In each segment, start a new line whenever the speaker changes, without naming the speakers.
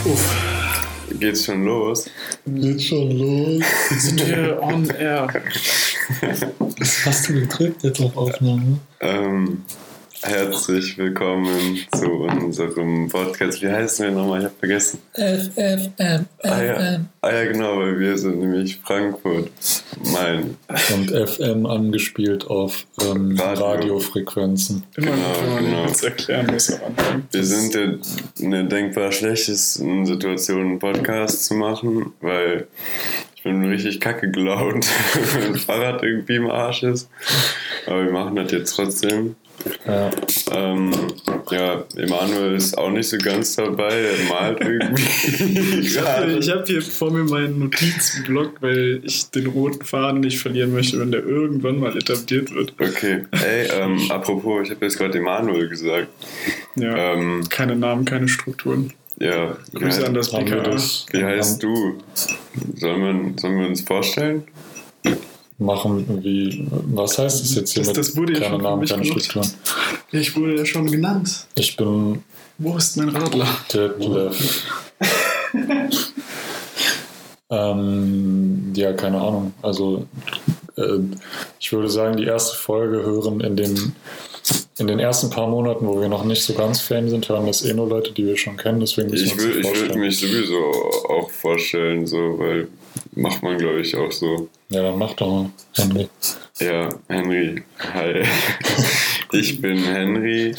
Uff.
Geht's schon los?
Jetzt sind wir on air. Was hast du gedrückt jetzt auf Aufnahme?
Herzlich willkommen zu unserem Podcast. Wie heißen wir nochmal? Ich habe vergessen.
FFM.
Ja, genau, weil wir sind nämlich Frankfurt.
Und FM angespielt auf Radiofrequenzen.
Immer gut, wenn man jetzt erklären muss am Anfang.
Wir sind in der denkbar schlechtesten Situation, einen Podcast zu machen, weil ich bin richtig kacke gelaunt, wenn mein Fahrrad irgendwie im Arsch ist. Aber wir machen das jetzt trotzdem.
Ja.
Emanuel ist auch nicht so ganz dabei, er malt irgendwie.
Ich hab hier vor mir meinen Notizblock, weil ich den roten Faden nicht verlieren möchte, wenn der irgendwann mal etabliert wird.
Okay, apropos, ich habe jetzt gerade Emanuel gesagt.
Ja, keine Namen, keine Strukturen.
Ja.
Grüße an das BKA.
Wie heißt du? Sollen wir uns vorstellen?
Was heißt das jetzt hier
das wurde ja
keine
schon
Namen, keine
gemacht.
Strukturen?
Ich wurde ja schon genannt.
Ich bin
Wo ist mein Radler?
Detlef. Ja, keine Ahnung. Also ich würde sagen, die erste Folge hören in den ersten paar Monaten, wo wir noch nicht so ganz Fan sind, hören das nur Leute, die wir schon kennen. Deswegen müssen
Ich
wir uns
würde mich sowieso auch vorstellen, so, weil macht man, glaube ich, auch so.
Ja, dann mach doch mal, Henry.
Ja, Henry. Hi. Ich bin Henry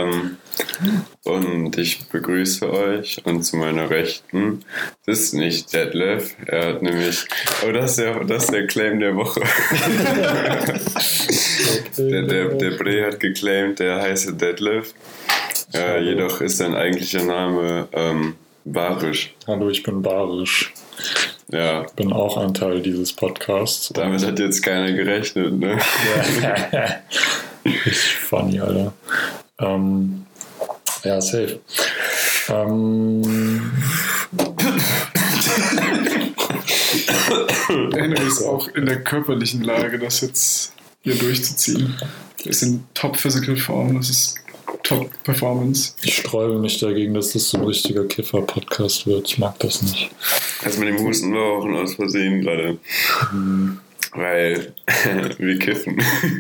und ich begrüße euch. Und zu meiner Rechten ist nicht Detlef. Er hat nämlich... Oh, das ist der Claim der Woche. Der Bre hat geclaimt, der heiße Detlef. Jedoch ist sein eigentlicher Name Barisch.
Hallo, ich bin Barisch.
Ja.
Ich bin auch ein Teil dieses Podcasts.
Damit hat jetzt keiner gerechnet, ne?
Richtig funny, Alter. Ja, safe.
Henry ist auch in der körperlichen Lage, das jetzt hier durchzuziehen. Wir sind Top Physical Form, das ist Top Performance.
Ich sträube mich dagegen, dass das so ein richtiger Kiffer-Podcast wird. Ich mag das nicht.
Also mit dem Husten war auch ein aus Versehen gerade. Weil wir kiffen.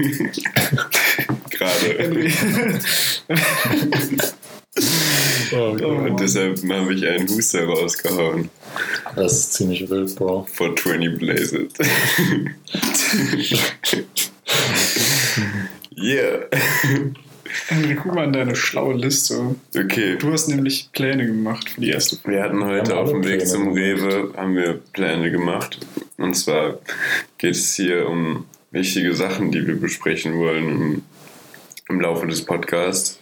Gerade. Und deshalb habe ich einen Huster rausgehauen.
Das ist ziemlich wild, Bro.
For 20 Blazes. Yeah.
Henry, guck mal an deine schlaue Liste.
Okay.
Du hast nämlich Pläne gemacht für die erste Folge.
Wir hatten heute auf dem Weg zum Rewe haben wir Pläne gemacht. Und zwar geht es hier um wichtige Sachen, die wir besprechen wollen im Laufe des Podcasts.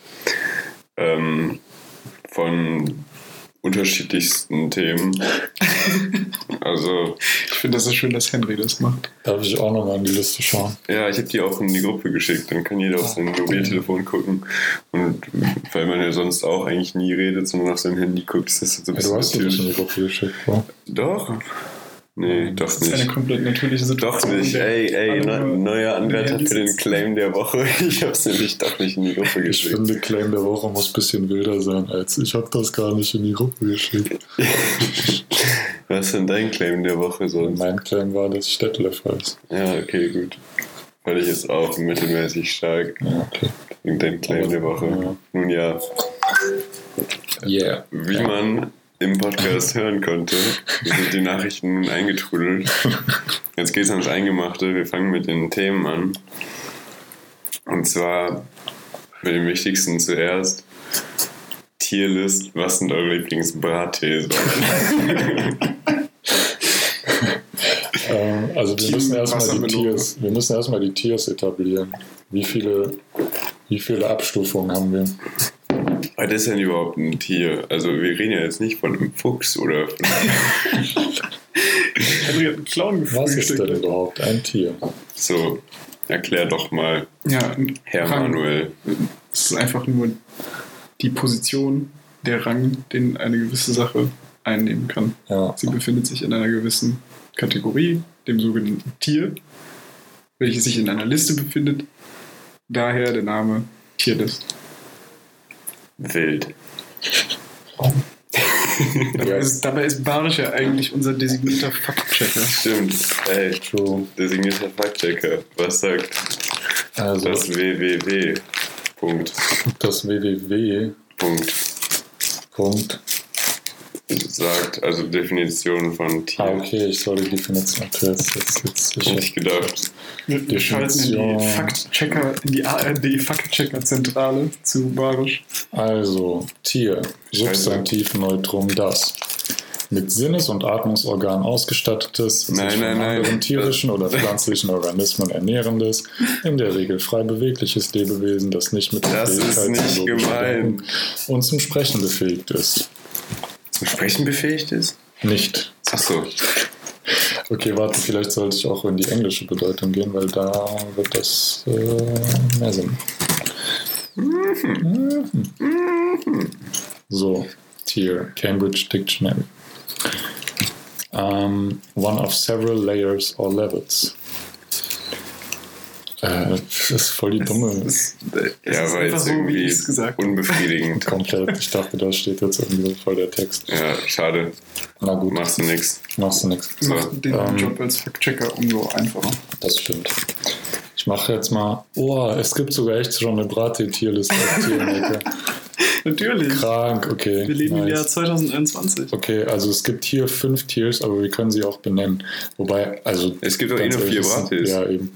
Von unterschiedlichsten Themen. Also,
ich finde das so schön, dass Henry das macht.
Darf ich auch nochmal in die Liste schauen?
Ja, ich habe die auch in die Gruppe geschickt. Dann kann jeder auf sein Mobiltelefon gucken. Und weil man ja sonst auch eigentlich nie redet, sondern auf sein Handy guckt, ist das so ein bisschen
du hast die nicht in die Gruppe geschickt, Bro.
Doch. Nee, doch
Das ist
nicht.
eine komplett natürliche Situation.
Doch nicht. Neuer Anwärter für den Claim der Woche. Ich habe es nämlich doch nicht in die Gruppe
Ich
geschickt.
finde, Claim der Woche muss ein bisschen wilder sein, als ich habe das gar nicht in die Gruppe geschickt.
Was ist denn dein Claim der Woche sonst?
Mein Claim war, dass ich Detlef heiße.
Ja, okay, gut. Weil ich jetzt auch mittelmäßig stark.
Ja, okay.
Dein Claim der Woche.
Ja.
Nun ja.
Yeah.
Wie man im Podcast hören konnte, sind die Nachrichten nun eingetrudelt. Jetzt geht's ans Eingemachte. Wir fangen mit den Themen an. Und zwar mit dem Wichtigsten zuerst. Tierlist, was sind eure Lieblingsbrattees?
Also wir müssen erstmal die Tiers etablieren. Wie viele Abstufungen haben wir?
Was ist denn überhaupt ein Tier? Also wir reden ja jetzt nicht von einem Fuchs oder von
Henry hat einen Clown
Was ist
gefrühstückt.
denn überhaupt ein Tier?
so. Erklär doch mal,
Ja,
Herr
Rang.
Manuel.
Es ist einfach nur die Position, der Rang, den eine gewisse Sache einnehmen kann.
Ja.
Sie befindet sich in einer gewissen Kategorie, dem sogenannten Tier, welches sich in einer Liste befindet. Daher der Name Tierlist.
Wild.
Dabei ist Barisch ja eigentlich unser designierter Faktchecker.
Stimmt. Ey,
True.
designierter Faktchecker. Was sagt
Also,
das www? Punkt.
das www.
Punkt. Sagt, also Definition von Tier.
Okay, ich soll die Definition jetzt
Hätte ich gedacht.
Wir schalten in die Faktchecker, in die ARD-Faktchecker-Zentrale zu Barisch.
Also, Tier, Substantiv, Neutrum, das. Mit Sinnes- und Atmungsorganen ausgestattetes, sich von anderen tierischen oder pflanzlichen Organismen ernährendes, in der Regel frei bewegliches Lebewesen, das nicht mit der
Das ist
Fähigkeit
nicht
zum logischen
gemein.
Denken und zum Sprechen befähigt ist.
Zum Sprechen befähigt ist?
Nicht.
Achso.
Okay, warte, vielleicht sollte ich auch in die englische Bedeutung gehen, weil da wird das mehr Sinn. So, Tier, Cambridge Dictionary. One of several layers or levels. Das ist voll die dumme.
Ja, weil es
so, wie
irgendwie
ich's gesagt habe.
unbefriedigend.
Komplett. Ich dachte, da steht jetzt irgendwie so voll der Text.
Ja, schade.
Na gut,
Machst du nix.
machst du nichts.
Macht den Job als Faktchecker umso einfacher.
Das stimmt. Ich mache jetzt mal. Oh, es gibt sogar echt schon eine Brattee-Tierliste auf Tiermaker.
Natürlich.
Krank, okay.
Wir leben im
nice.
Jahr 2021.
Okay, also es gibt hier 5 Tiers, aber wir können sie auch benennen. Wobei, also.
Es gibt doch
ganz
nur 4
ehrlich,
Brates.
Ja, eben.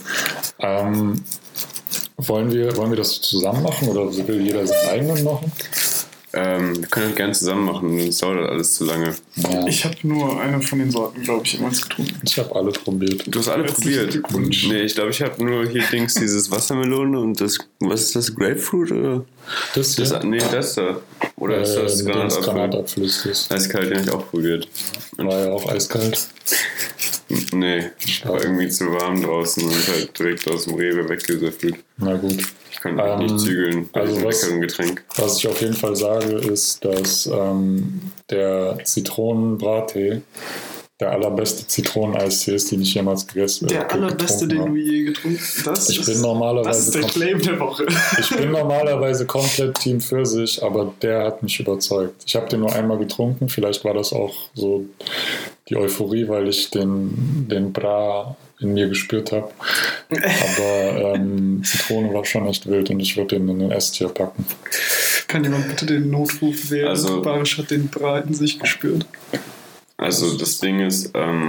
Wollen wir das zusammen machen oder will jeder seinen eigenen machen?
Wir können das gerne zusammen machen, es dauert alles zu lange.
Ja.
Ich habe nur eine von den Sorten, glaube ich, jemals getrunken.
Ich habe alle probiert.
Du hast alle
Herzlichen
probiert.
Glückwunsch.
Nee, ich glaube, ich habe nur hier dieses Wassermelone und das, was ist das, Grapefruit oder?
Das hier?
Das da. Oder ist das Granatapfel?
Granatapfel ist das.
Eiskalt, den habe ich auch probiert.
War ja auch eiskalt.
Nee, war irgendwie zu warm draußen und halt direkt aus dem Rewe weggesöffelt.
Na gut.
Ich konnte mich nicht zügeln bei
also
diesem
was-
leckeren Getränk.
Was ich auf jeden Fall sage, ist, dass der Zitronenbrattee der allerbeste Zitroneneistee ist, den ich jemals gegessen
Der allerbeste, den du je getrunken hast.
Ich bin normalerweise
Das ist der Claim der Woche.
Ich bin normalerweise komplett Team Pfirsich, aber der hat mich überzeugt. Ich habe den nur einmal getrunken, vielleicht war das auch so die Euphorie, weil ich den Bra in mir gespürt habe. Aber Zitrone war schon echt wild und ich würde den in den S-Tier packen.
Kann jemand bitte den Notruf wählen?
Also-
Barisch hat den Bra in sich gespürt.
Also das Ding ist,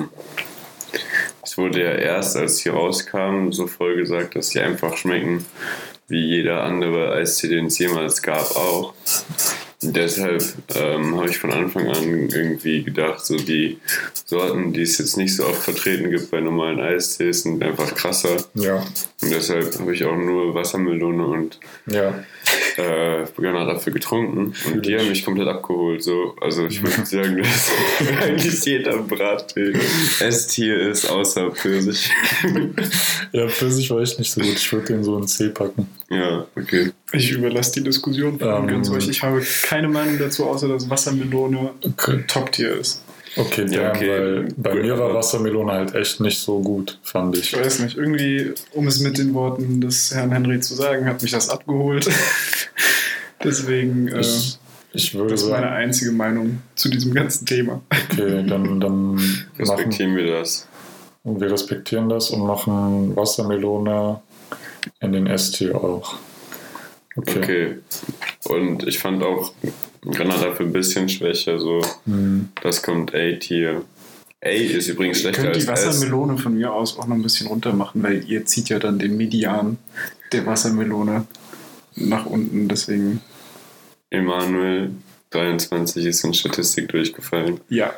es wurde ja erst, als sie rauskamen, so voll gesagt, dass sie einfach schmecken wie jeder andere Eistee, den es jemals gab, auch. Und deshalb habe ich von Anfang an irgendwie gedacht, so die Sorten, die es jetzt nicht so oft vertreten gibt bei normalen Eistees, sind einfach krasser.
Ja,
Und deshalb habe ich auch nur Wassermelone und
ja.
Granatapfel getrunken und die haben mich komplett abgeholt. So. Also ich würde sagen, dass eigentlich jeder Brattee Esstier ist, außer Pfirsich.
Ja, Pfirsich war echt nicht so gut. Ich würde den so in C packen.
Ja, okay.
Ich überlasse die Diskussion ganz euch. Ich habe keine Meinung dazu, außer dass Wassermelone
Okay,
Top-Tier ist.
okay,
Ja,
damn,
okay.
weil bei
Gut,
mir war
aber-
Wassermelone halt echt nicht so gut, fand ich.
Ich weiß nicht, irgendwie, um es mit den Worten des Herrn Henry zu sagen, hat mich das abgeholt. Deswegen,
Ich würde
das ist meine
sagen,
einzige Meinung zu diesem ganzen Thema.
okay, dann machen
Respektieren wir das.
wir respektieren das und machen Wassermelone in den S-Tier auch. Okay.
Okay. Und ich fand auch Granatapfel ein bisschen schwächer. So. Das kommt A-Tier. A ist übrigens
Ihr
schlechter
könnt
als
die
S.
Wassermelone von mir aus auch noch ein bisschen runter machen, weil ihr zieht ja dann den Median der Wassermelone nach unten, deswegen,
Emanuel 23 ist in Statistik durchgefallen.
ja.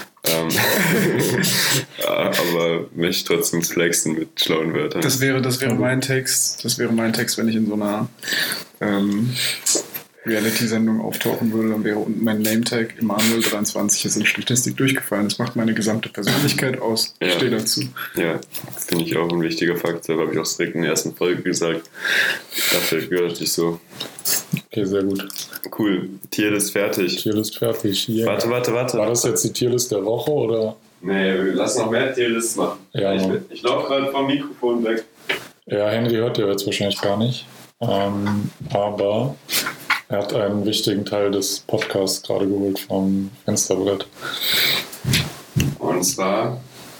Aber möchte trotzdem flexen mit schlauen Wörtern.
Das wäre mein Text. Das wäre mein Text, wenn ich in so einer Reality-Sendung auftauchen würde, dann wäre unten mein Name-Tag Emanuel 23 ist in Statistik durchgefallen. Das macht meine gesamte Persönlichkeit aus. Ich
Ja.
stehe dazu.
Ja, finde ich auch ein wichtiger Faktor. Habe ich auch direkt in der ersten Folge gesagt. Dafür gehört dich so.
Okay, sehr gut.
Cool. Tierlist fertig.
Tierlist fertig. Yeah.
Warte.
War das jetzt die Tierlist der Woche oder?
Nee, wir lassen noch mehr Tierlists machen.
Ja,
ich laufe gerade vom Mikrofon weg.
Ja, Henry hört ja jetzt wahrscheinlich gar nicht. Aber Er hat einen wichtigen Teil des Podcasts gerade geholt vom Fensterbrett.
Und zwar,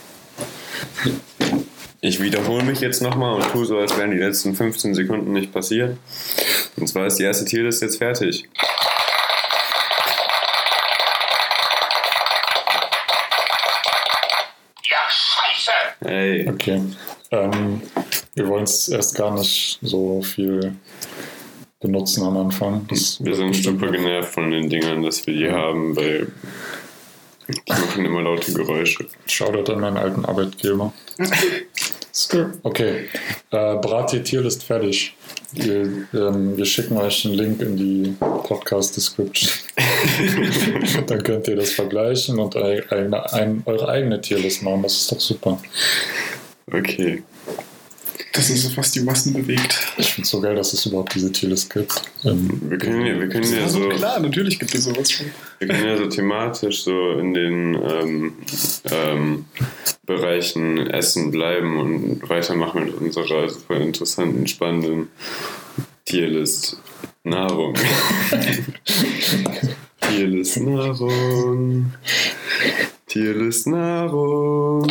ich wiederhole mich jetzt nochmal und tue so, als wären die letzten 15 Sekunden nicht passiert. Und zwar ist die erste Tierliste jetzt fertig.
Ja, scheiße!
Hey,
Okay. Wir wollen es erst gar nicht so viel benutzen am Anfang.
wir sind super genervt von den Dingern, dass wir die haben, weil die machen immer laute Geräusche.
Shoutout an meinen alten Arbeitgeber. Okay. Brattee Tierlist fertig. Wir schicken euch einen Link in die Podcast-Description. Dann könnt ihr das vergleichen und eure eigene Tierlist machen. Das ist doch super.
Okay.
Das ist so fast die Massen bewegt.
Ich finde es so geil, dass es überhaupt diese Tierlist gibt.
Wir können ja
Also
so,
klar, natürlich gibt es sowas schon.
wir können ja so thematisch so in den Bereichen Essen bleiben und weitermachen mit unserer super interessanten, spannenden Tierlist Nahrung. Tierlist Nahrung. Tierlist Nahrung.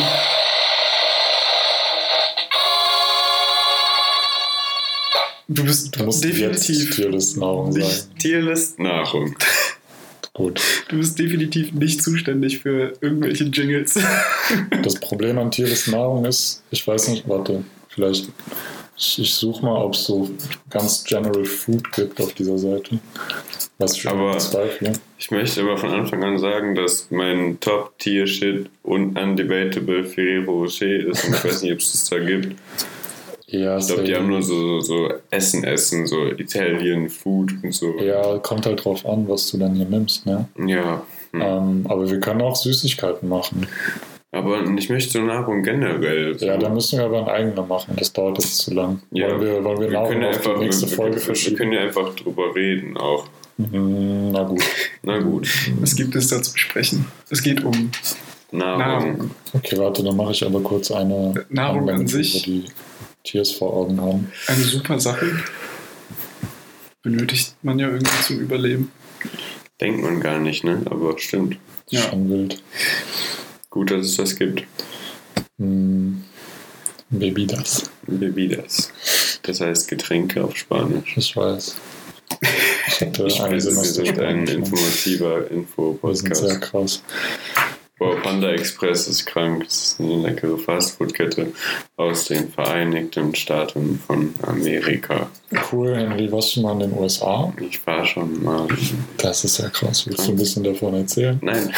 Du
musst jetzt
definitiv
Tierlist Nahrung sagen.
Nicht Tierlist Nahrung.
Gut.
Du bist definitiv nicht zuständig für irgendwelche Jingles.
Das Problem an Tierlist Nahrung ist, ich weiß nicht, warte, vielleicht, ich suche mal, ob es so ganz General Food gibt auf dieser Seite. Was ich schon
Aber-
zweifle.
Ich möchte aber von Anfang an sagen, dass mein Top-Tier-Shit und undebatable Ferrero Rocher ist und ich weiß nicht, ob es das da gibt.
Ja,
Ich glaube, die haben nur so Essen, so Italian Food und so.
ja, kommt halt drauf an, was du dann hier nimmst, ne?
Ja.
Aber wir können auch Süßigkeiten machen.
Aber ich möchte so Nahrung generell. So.
Ja, dann müssen wir aber einen eigenen machen. Das dauert jetzt zu lang.
Ja.
Wollen wir Nahrung
können ja
auf die
einfach,
nächste Folge
wir
verschieben?
können ja einfach drüber reden auch.
Na gut.
Na gut.
Was gibt es da zu besprechen? Es geht um
Nahrung.
Okay, warte, dann mache ich aber kurz eine
Nahrung an
damit wir
sich.
die Tiers vor Augen haben.
eine super Sache. Benötigt man ja irgendwie zum Überleben.
Denkt man gar nicht, ne? Aber stimmt.
Ja.
Schon wild.
Gut, dass es das gibt.
Bebidas.
Bebidas. Das heißt Getränke auf Spanisch.
Ich weiß. Ich hatte
Ich
ein
weiß, wir
Semester
sind ein
Spanisch.
informativer
Wir sind sehr
Info-Podcast.
krass.
Boah, Panda Express ist krank. Das ist eine leckere Fastfood-Kette aus den Vereinigten Staaten von Amerika.
Cool, Henry, warst du mal in den USA?
Ich war schon mal.
Das ist ja krass. Willst du ein bisschen davon erzählen?
Nein.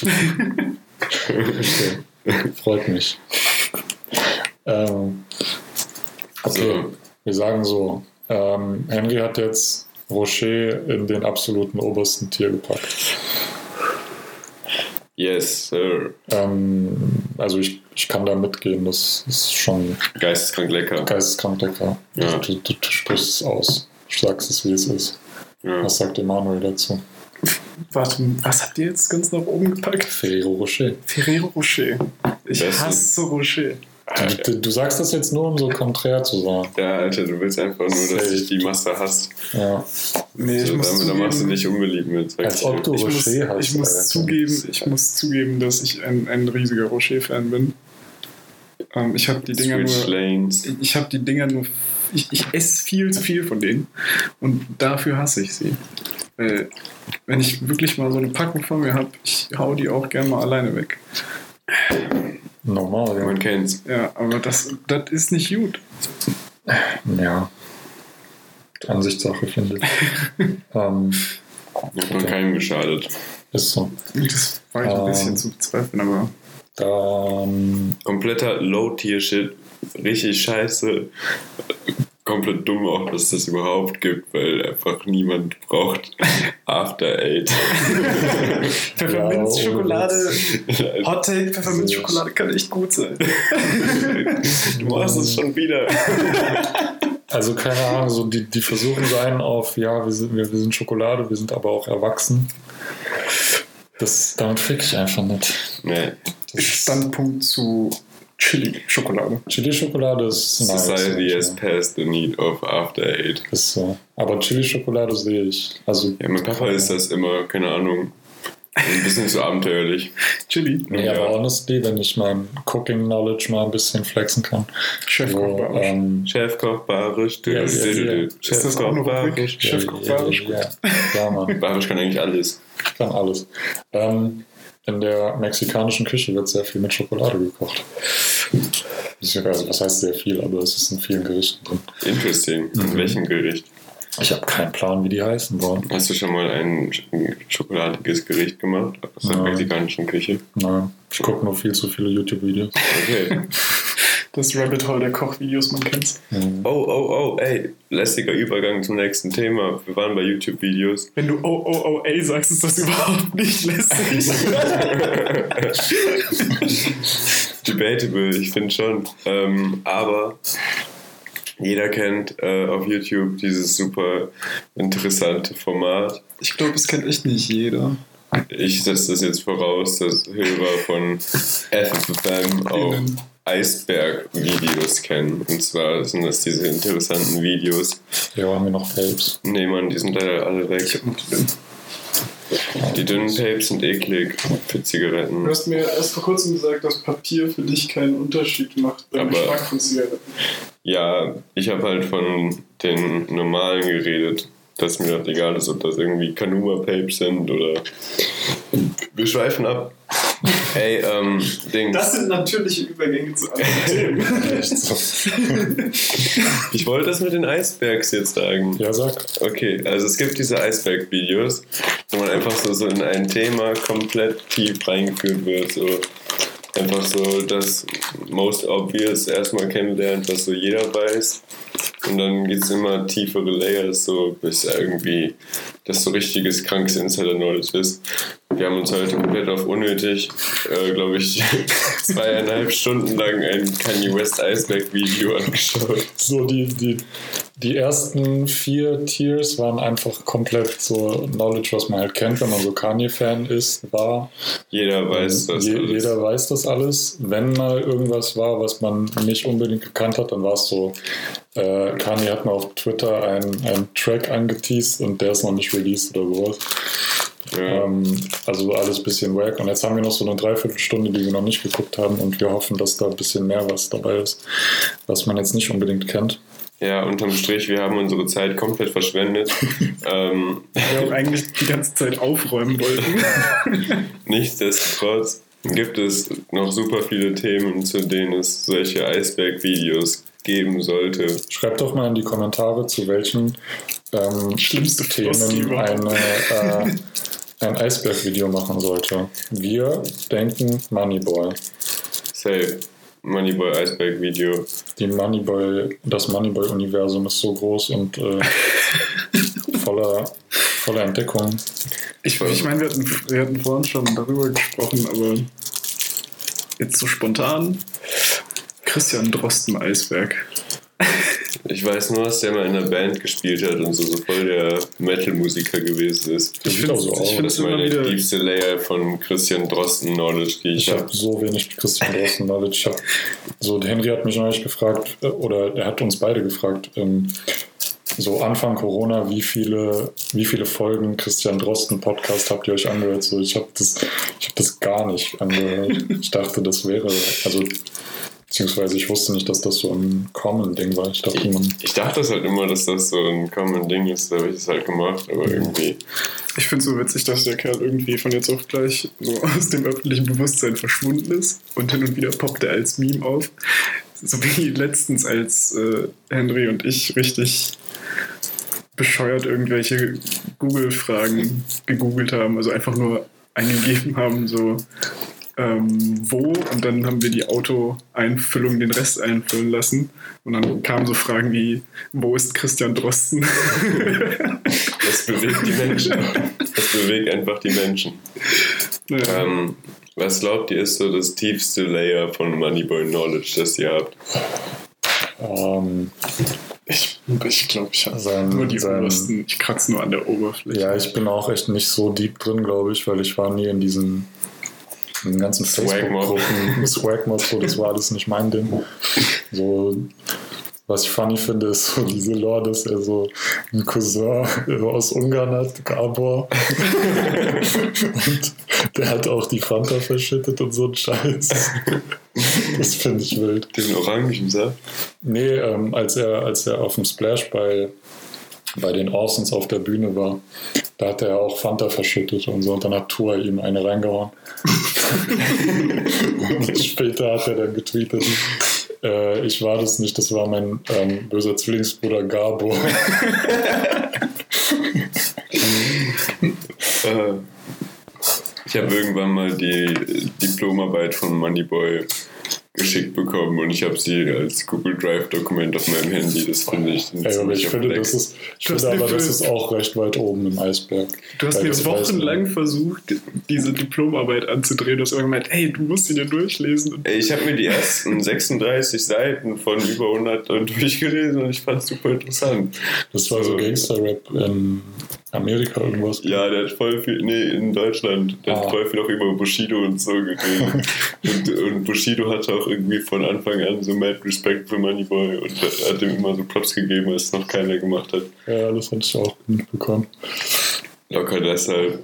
Okay. Freut mich. Okay,
So.
wir sagen so, Henry hat jetzt Rocher in den absoluten obersten Tier gepackt.
Yes, sir.
Also ich kann da mitgehen, das ist schon
Geisteskrank lecker.
geisteskrank lecker.
Ja.
Du sprichst es aus. Du sagst es, wie es ist.
Ja.
Was sagt Emanuel dazu?
Warte, was habt ihr jetzt ganz nach oben gepackt?
Ferrero Rocher.
Ferrero Rocher. Ich
Beste.
hasse Rocher.
Du sagst das jetzt nur, um so konträr zu sein.
Ja, Alter, du willst einfach nur, dass dich die Masse hasst.
Ja.
Nee,
So, da machst du dich unbeliebt mit. sag
Als
ich
ob
dir.
du
Ich muss,
Rocher hast.
ich, muss
Alter.
zugeben, dass ich ein riesiger Rocher-Fan bin. Ich habe die Dinger
Switch
nur.
Lanes.
Ich habe die Dinger nur. Ich esse viel zu viel von denen. Und dafür hasse ich sie. Weil, wenn ich wirklich mal so eine Packung von mir habe, ich hau die auch gerne mal alleine weg.
Normal,
Man kennt's.
Ja, aber das ist nicht gut.
ja. Ansichtssache, finde ich.
Hat man keinem geschadet.
Ist so.
Das war ich ein bisschen zu bezweifeln, aber.
Dann
Kompletter Low-Tier-Shit. Richtig scheiße. Komplett dumm auch, dass es das überhaupt gibt, weil einfach niemand braucht After Eight.
Pfefferminzschokolade. Hottake, Pfefferminzschokolade kann echt gut sein.
Du machst es schon wieder.
Also keine Ahnung, so die versuchen so einen auf, ja, wir sind Schokolade, wir sind aber auch erwachsen. Damit fick ich einfach nicht.
Nee.
Standpunkt zu Chili-Schokolade.
Chili-Schokolade ist nice.
Society has passed the need of After Eight.
Ist so. Aber Chili-Schokolade sehe ich. Also,
Ja, mit Papa ist das immer, keine Ahnung, ein bisschen zu abenteuerlich.
Chili.
nee,
Ja.
aber honestly, wenn ich mein Cooking-Knowledge mal ein bisschen flexen kann.
Chefkoch Barisch.
Chefkoch Barisch.
Ja,
Ist das auch eine Rubrik? Chefkoch Barisch.
Ja, Mann.
Barisch kann eigentlich alles.
Ich kann alles. In der mexikanischen Küche wird sehr viel mit Schokolade gekocht. Also, was heißt sehr viel, aber es ist in vielen Gerichten drin.
Interesting. In welchem Gericht?
Ich habe keinen Plan, wie die heißen wollen.
Hast du schon mal ein schokoladiges Gericht gemacht aus der
Nein.
mexikanischen Küche?
Nein, ich gucke nur viel zu viele YouTube-Videos.
Okay.
Das Rabbit Hole der Kochvideos, man kennt's.
Oh, ey, lästiger Übergang zum nächsten Thema. Wir waren bei YouTube-Videos.
Wenn du ey sagst, ist das überhaupt nicht lästig.
Debatable, ich finde schon. Aber jeder kennt auf YouTube dieses super interessante Format.
Ich glaube, es kennt echt nicht jeder.
Ich setze das jetzt voraus, dass Hörer von FFM auch Eisberg-Videos kennen. Und zwar sind das diese interessanten Videos.
Ja, haben wir noch Tapes.
Nee, Mann, die sind leider alle weg. Die dünnen Tapes sind eklig für Zigaretten.
Du hast mir erst vor kurzem gesagt, dass Papier für dich keinen Unterschied macht beim
Aber-
Geschmack von Zigaretten.
Ja, ich habe halt von den normalen geredet, dass mir das egal ist, ob das irgendwie Kanuma-Papes sind oder... Wir schweifen ab. Ey, Dings.
Das sind natürliche Übergänge zu anderen Themen.
Ich wollte das mit den Eisbergs jetzt sagen.
Ja, sag.
Okay, also es gibt diese Eisberg-Videos, wo man einfach so in ein Thema komplett tief reingeführt wird. So einfach so das Most Obvious erstmal kennenlernt, was so jeder weiß. Und dann geht es immer tiefere Layers, so bis irgendwie das so richtiges krankes Insider-Knowledge ist. Wir haben uns heute komplett auf unnötig, glaube ich, 2,5 Stunden lang ein Kanye West Eisberg-Video angeschaut.
So, die ersten 4 Tiers waren einfach komplett so Knowledge, was man halt kennt, wenn man so Kanye-Fan ist, war.
Jeder weiß das. alles.
Jeder weiß das alles. Wenn mal irgendwas war, was man nicht unbedingt gekannt hat, dann war es so, Kanye hat mal auf Twitter einen Track angeteased und der ist noch nicht released oder sowas.
Ja.
Also alles ein bisschen wack. Und jetzt haben wir noch so eine Dreiviertelstunde, die wir noch nicht geguckt haben und wir hoffen, dass da ein bisschen mehr was dabei ist, was man jetzt nicht unbedingt kennt.
Ja, unterm Strich, wir haben unsere Zeit komplett verschwendet.
Wir auch eigentlich die ganze Zeit aufräumen wollten.
Nichtsdestotrotz gibt es noch super viele Themen, zu denen es solche Eisberg-Videos geben sollte.
Schreibt doch mal in die Kommentare, zu welchen
Schlimmste Floss, die
Themen
überhaupt.
ein Eisberg-Video machen sollte. Wir denken Moneyboy.
Safe. Moneyboy Eisberg-Video.
Das Moneyboy-Universum ist so groß und voller Entdeckung.
Ich meine, wir hatten vorhin schon darüber gesprochen, aber jetzt so spontan Christian Drosten Eisberg.
Ich weiß nur, dass der mal in einer Band gespielt hat und so voll der Metal-Musiker gewesen ist.
Das sieht auch so aus.
Das ist
immer
meine
wieder-
tiefste Layer von Christian Drosten-Knowledge, die ich
Ich
habe.
habe so wenig Christian Drosten Knowledge. Henry hat mich neulich gefragt, oder er hat uns beide gefragt, so Anfang Corona, wie viele Folgen Christian Drosten Podcast habt ihr euch angehört? So, ich hab das gar nicht angehört. Ich dachte, das wäre, beziehungsweise ich wusste nicht, dass das so ein Common-Ding war. Ich dachte,
Ich dachte das halt immer, dass das so ein common Ding ist, da habe ich das halt gemacht, aber irgendwie.
Ich finde es so witzig, dass der Kerl irgendwie von jetzt auf gleich so aus dem öffentlichen Bewusstsein verschwunden ist und hin und wieder poppt er als Meme auf. So wie letztens, als Henry und ich richtig bescheuert irgendwelche Google-Fragen gegoogelt haben, also einfach nur eingegeben haben, so wo, und dann haben wir die Auto-Einfüllung, den Rest einfüllen lassen und dann kamen so Fragen wie, wo ist Christian Drosten?
Das bewegt die Menschen. Das bewegt einfach die Menschen.
Naja.
Was glaubt ihr, ist so das tiefste Layer von Moneyboy Knowledge, das ihr habt?
Ich glaube, ich habe nur die obersten. Ich kratze nur an der Oberfläche.
ja, ich bin auch echt nicht so deep drin, glaube ich, weil ich war nie in diesen in den ganzen Facebook-Gruppen, Swagmob, so, das war alles nicht mein Ding. So, was ich funny finde, ist so diese Lore, dass er so einen Cousin aus Ungarn hat, Gabor. Und der hat auch die Fanta verschüttet und so einen Scheiß. Das finde ich wild.
Den Orangensaft?
Nee, als er auf dem Splash bei den Orsons auf der Bühne war, da hat er auch Fanta verschüttet und so, und dann hat Tua ihm eine reingehauen. Und später hat er dann getweetet, ich war das nicht, das war mein böser Zwillingsbruder Gabor.
Ich habe irgendwann mal die Diplomarbeit von Moneyboy geschickt bekommen und ich habe sie als Google Drive-Dokument auf meinem Handy. Das finde ich
aber ich finde, das ist auch recht weit oben im Eisberg.
Du hast mir wochenlang versucht, diese Diplomarbeit anzudrehen. Du hast immer gemeint, ey, du musst sie dir durchlesen.
Ich habe mir die ersten 36 Seiten von über 100 durchgelesen und ich fand es super interessant.
Das war so Gangster-Rap in Amerika irgendwas?
Ja, der hat voll viel, in Deutschland, der hat voll viel auch über Bushido und so geredet. und Bushido hatte auch irgendwie von Anfang an so mad Respect für Moneyboy und hat ihm immer so Props gegeben, was noch keiner gemacht hat.
Ja, das hatte ich auch mitbekommen.
Locker deshalb.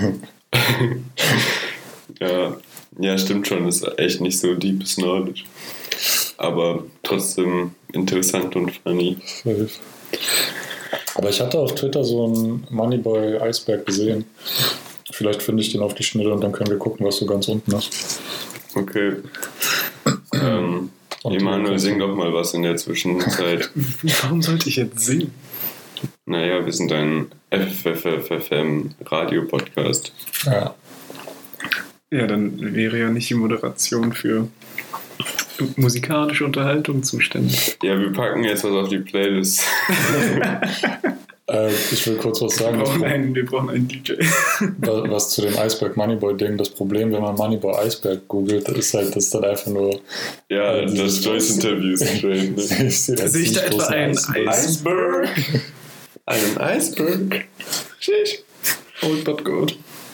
Ja, stimmt schon, ist echt nicht so deepes Knowledge. Aber trotzdem interessant und funny.
Safe. Aber ich hatte auf Twitter so einen Moneyboy-Eisberg gesehen. Vielleicht finde ich den auf die Schnelle und dann können wir gucken, was so ganz unten ist.
Okay. Emanuel, sing doch mal was in der Zwischenzeit.
Warum sollte ich jetzt singen?
Naja, wir sind ein FFFFM-Radio-Podcast.
Ja.
Ja, dann wäre ja nicht die Moderation für musikalische Unterhaltung zuständig.
Ja, wir packen jetzt was auf die Playlist.
Ich will kurz was sagen.
Wir brauchen einen DJ.
Was zu dem Iceberg Moneyboy-Ding, das Problem, wenn man Moneyboy Iceberg googelt, ist halt, dass dann einfach nur...
Ja, das Joyce-Interview ist straight. Ne?
Sehe ich da etwa einen Iceberg?
Einen Iceberg?
Old but good.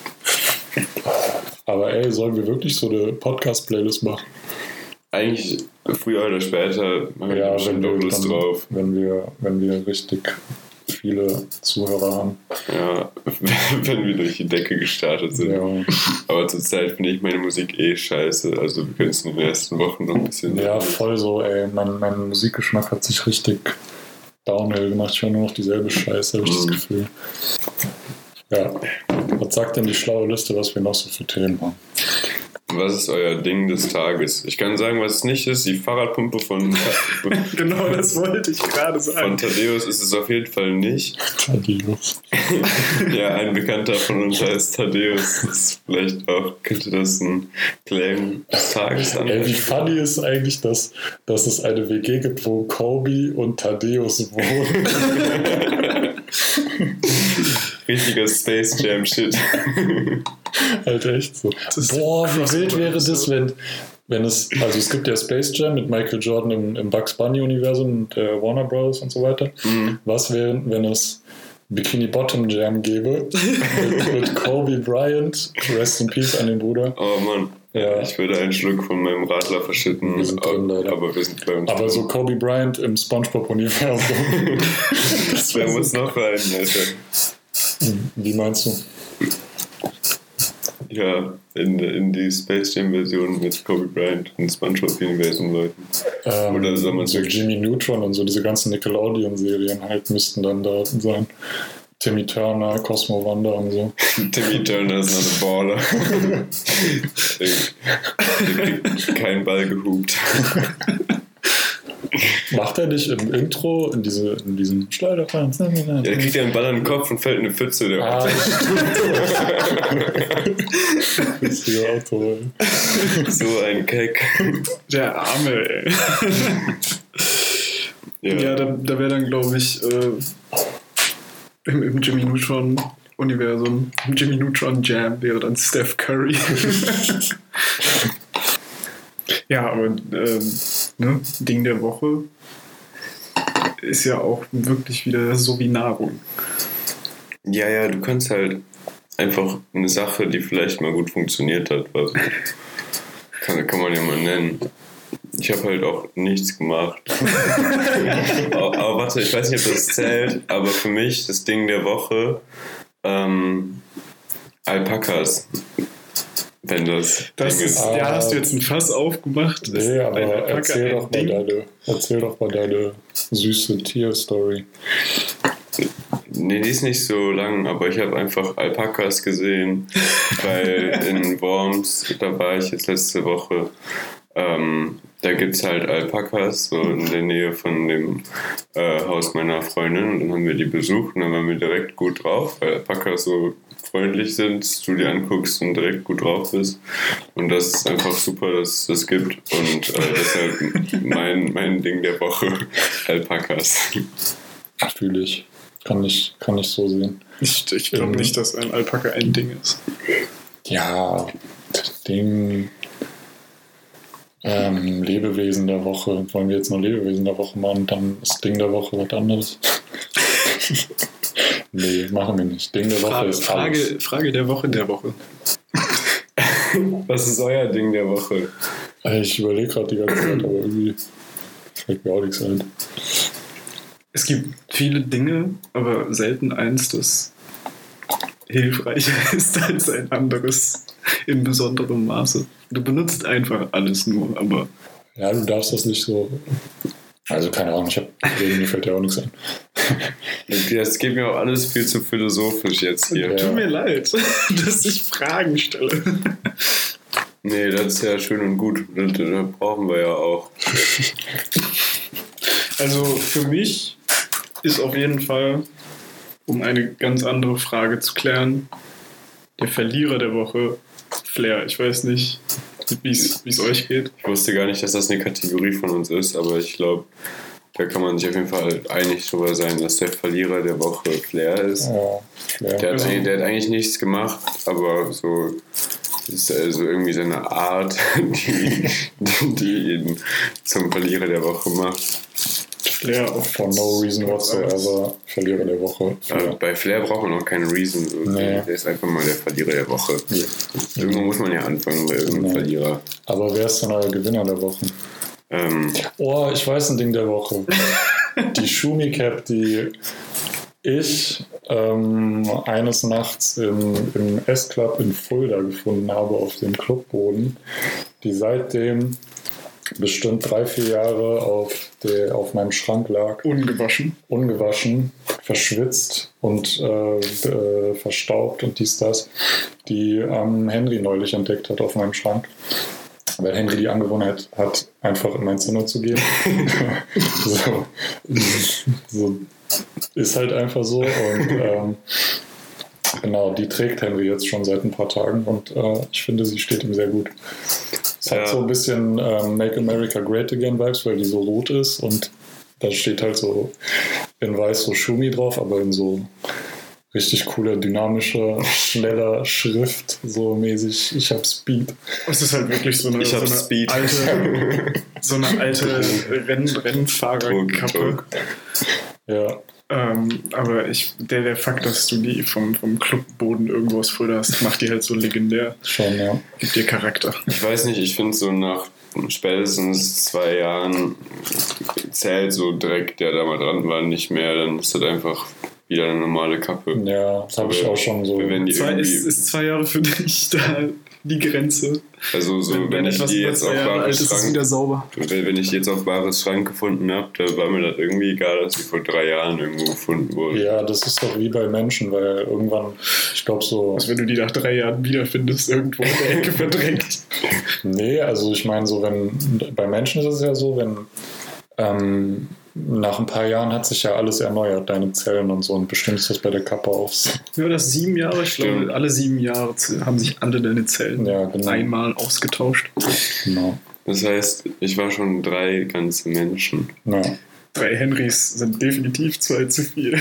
Aber ey, sollen wir wirklich so eine Podcast-Playlist machen?
Eigentlich früher oder später haben wir bestimmt auch Lust drauf.
Wenn wir richtig viele Zuhörer haben.
Ja, wenn wir durch die Decke gestartet sind. Ja. Aber zurzeit finde ich meine Musik scheiße. Also wir können es in den ersten Wochen noch ein bisschen...
Ja, voll so, ey. Mein Musikgeschmack hat sich richtig downhill gemacht. Ich höre nur noch dieselbe Scheiße, habe ich das Gefühl. Ja. Was sagt denn die schlaue Liste, was wir noch so für Themen haben?
Was ist euer Ding des Tages? Ich kann sagen, was es nicht ist. Die Fahrradpumpe von...
Genau, das wollte ich gerade sagen.
Von Thaddeus ist es auf jeden Fall nicht.
Thaddeus.
Ja, ein Bekannter von uns heißt Thaddeus. Das ist vielleicht auch, könnte das ein Claim des Tages sein?
Wie funny ist eigentlich, dass es eine WG gibt, wo Kobe und Thaddeus wohnen.
Richtiger Space Jam Shit.
Halt echt so. Boah, wie wild wäre das, wenn es, also es gibt ja Space Jam mit Michael Jordan im Bugs Bunny Universum und Warner Bros. Und so weiter. Mhm. Was wäre, wenn es Bikini Bottom Jam gäbe mit Kobe Bryant, Rest in Peace an den Bruder.
Oh Mann. Ja. Ich würde einen Schluck von meinem Radler verschütten.
Wir sind drin, leider.
Aber wir sind bei uns.
Aber so Kobe Bryant im SpongeBob-Universum.
Wer muss noch rein, Alter?
Wie meinst du?
Ja, in die Space Jam-Version mit Kobe Bryant und SpongeBob-Universum-Leuten. Oder soll man
so Jimmy Neutron und so diese ganzen Nickelodeon-Serien halt müssten dann da sein. Timmy Turner, Cosmo Wanda und so.
Timmy Turner ist noch ein Baller. Der kriegt keinen Ball gehupt.
Macht er dich im Intro in diesem Schleuder rein?
Ja, der kriegt ja einen Ball an den Kopf und fällt in eine Pfütze. Der
richtige Auto.
So ein Keck.
Der Arme, ey. Ja, da wäre dann, glaube ich, im Jimmy Neutron Universum, im Jimmy Neutron Jam wäre dann Steph Curry. Ja, aber Ding der Woche ist ja auch wirklich wieder so wie Nahrung.
Ja, du kannst halt einfach eine Sache, die vielleicht mal gut funktioniert hat. Also, kann man ja mal nennen. Ich habe halt auch nichts gemacht. aber warte, ich weiß nicht, ob das zählt, aber für mich das Ding der Woche Alpakas. Wenn das Ding ist.
Ja, hast du jetzt ein Fass aufgemacht?
Nee, aber erzähl doch mal deine süße Tierstory.
Nee, die ist nicht so lang, aber ich habe einfach Alpakas gesehen, weil in Worms, da war ich jetzt letzte Woche, da gibt es halt Alpakas, so in der Nähe von dem Haus meiner Freundin, und dann haben wir die besucht und dann waren wir direkt gut drauf, weil Alpakas so freundlich sind, du die anguckst und direkt gut drauf bist, und das ist einfach super, dass es das gibt, und deshalb mein Ding der Woche, Alpakas.
Fühle ich. Kann ich so sehen.
Ich glaube nicht, dass ein Alpaka ein Ding ist.
Ja, Ding. Lebewesen der Woche. Wollen wir jetzt noch Lebewesen der Woche machen? Dann ist Ding der Woche was anderes. Nee, machen wir nicht. Ding der Woche ist alles.
Frage der Woche der Woche.
Was ist euer Ding der Woche?
Ich überlege gerade die ganze Zeit, aber irgendwie fällt mir auch nichts ein.
Es gibt viele Dinge, aber selten eins, das hilfreicher ist als ein anderes in besonderem Maße. Du benutzt einfach alles nur, aber...
Ja, du darfst das nicht so... Also keine Ahnung, mir fällt ja auch nichts ein.
Das geht mir auch alles viel zu philosophisch jetzt hier.
Ja.
Tut mir leid, dass ich Fragen stelle.
Nee, das ist ja schön und gut. Das brauchen wir ja auch.
Also für mich ist auf jeden Fall, um eine ganz andere Frage zu klären, der Verlierer der Woche Flair. Ich weiß nicht, wie es euch geht.
Ich wusste gar nicht, dass das eine Kategorie von uns ist, aber ich glaube, da kann man sich auf jeden Fall einig drüber sein, dass der Verlierer der Woche Flair ist.
Ja, Flair.
Der hat eigentlich nichts gemacht, aber so ist also irgendwie seine Art, die ihn zum Verlierer der Woche macht.
Flair auch
For no reason whatsoever, Verlierer der Woche.
Bei Flair braucht man auch keine Reason. So.
Nee.
Der ist einfach mal der Verlierer der Woche.
Ja.
Irgendwo muss man ja anfangen bei irgendeinem Verlierer.
Aber wer ist denn euer Gewinner der Woche? Oh, ich weiß ein Ding der Woche. Die Schumi Cap, die ich eines Nachts im S-Club in Fulda gefunden habe auf dem Clubboden, die seitdem bestimmt 3-4 Jahre auf meinem Schrank lag. Ungewaschen, verschwitzt und verstaubt und dies, das, die Henry neulich entdeckt hat auf meinem Schrank. Weil Henry die Angewohnheit hat, einfach in mein Zimmer zu gehen. so ist halt einfach so. Und genau, die trägt Henry jetzt schon seit ein paar Tagen und ich finde, sie steht ihm sehr gut. Es hat so ein bisschen Make America Great Again Vibes, weil die so rot ist und da steht halt so in weiß so Schumi drauf, aber in so richtig cooler, dynamischer, schneller Schrift, so mäßig, ich hab Speed.
Es ist halt wirklich so eine alte Rennfahrerkappe.
Ja.
Aber der Fakt, dass du die vom Clubboden irgendwo aus Fulda hast, macht die halt so legendär.
Schon, ja.
Gibt dir Charakter.
Ich weiß nicht, ich finde so nach spätestens 2 Jahren zählt so Dreck, der da mal dran war, nicht mehr. Dann ist das einfach wieder eine normale Kappe.
Ja, das habe ich auch schon so.
Ist 2 Jahre für dich da die Grenze?
Also so, wenn ich die jetzt auf bares Schrank,
wieder sauber.
Wenn ich jetzt auf bares Schrank gefunden habe, da war mir das irgendwie egal, dass die vor 3 Jahren irgendwo gefunden wurde.
Ja, das ist doch wie bei Menschen, weil irgendwann, ich glaube so...
Also wenn du die nach 3 Jahren wiederfindest, irgendwo in der Ecke verdrängt.
Nee, also ich meine so, bei Menschen ist es ja so, wenn nach ein paar Jahren hat sich ja alles erneuert, deine Zellen und so, und bestimmt ist das bei der Kappe auch so.
Ja, das 7 Jahre, ich glaube, alle 7 Jahre haben sich alle deine Zellen einmal ausgetauscht.
Genau.
Das heißt, ich war schon 3 ganze Menschen.
Ja.
3 Henrys sind definitiv 2 zu viel.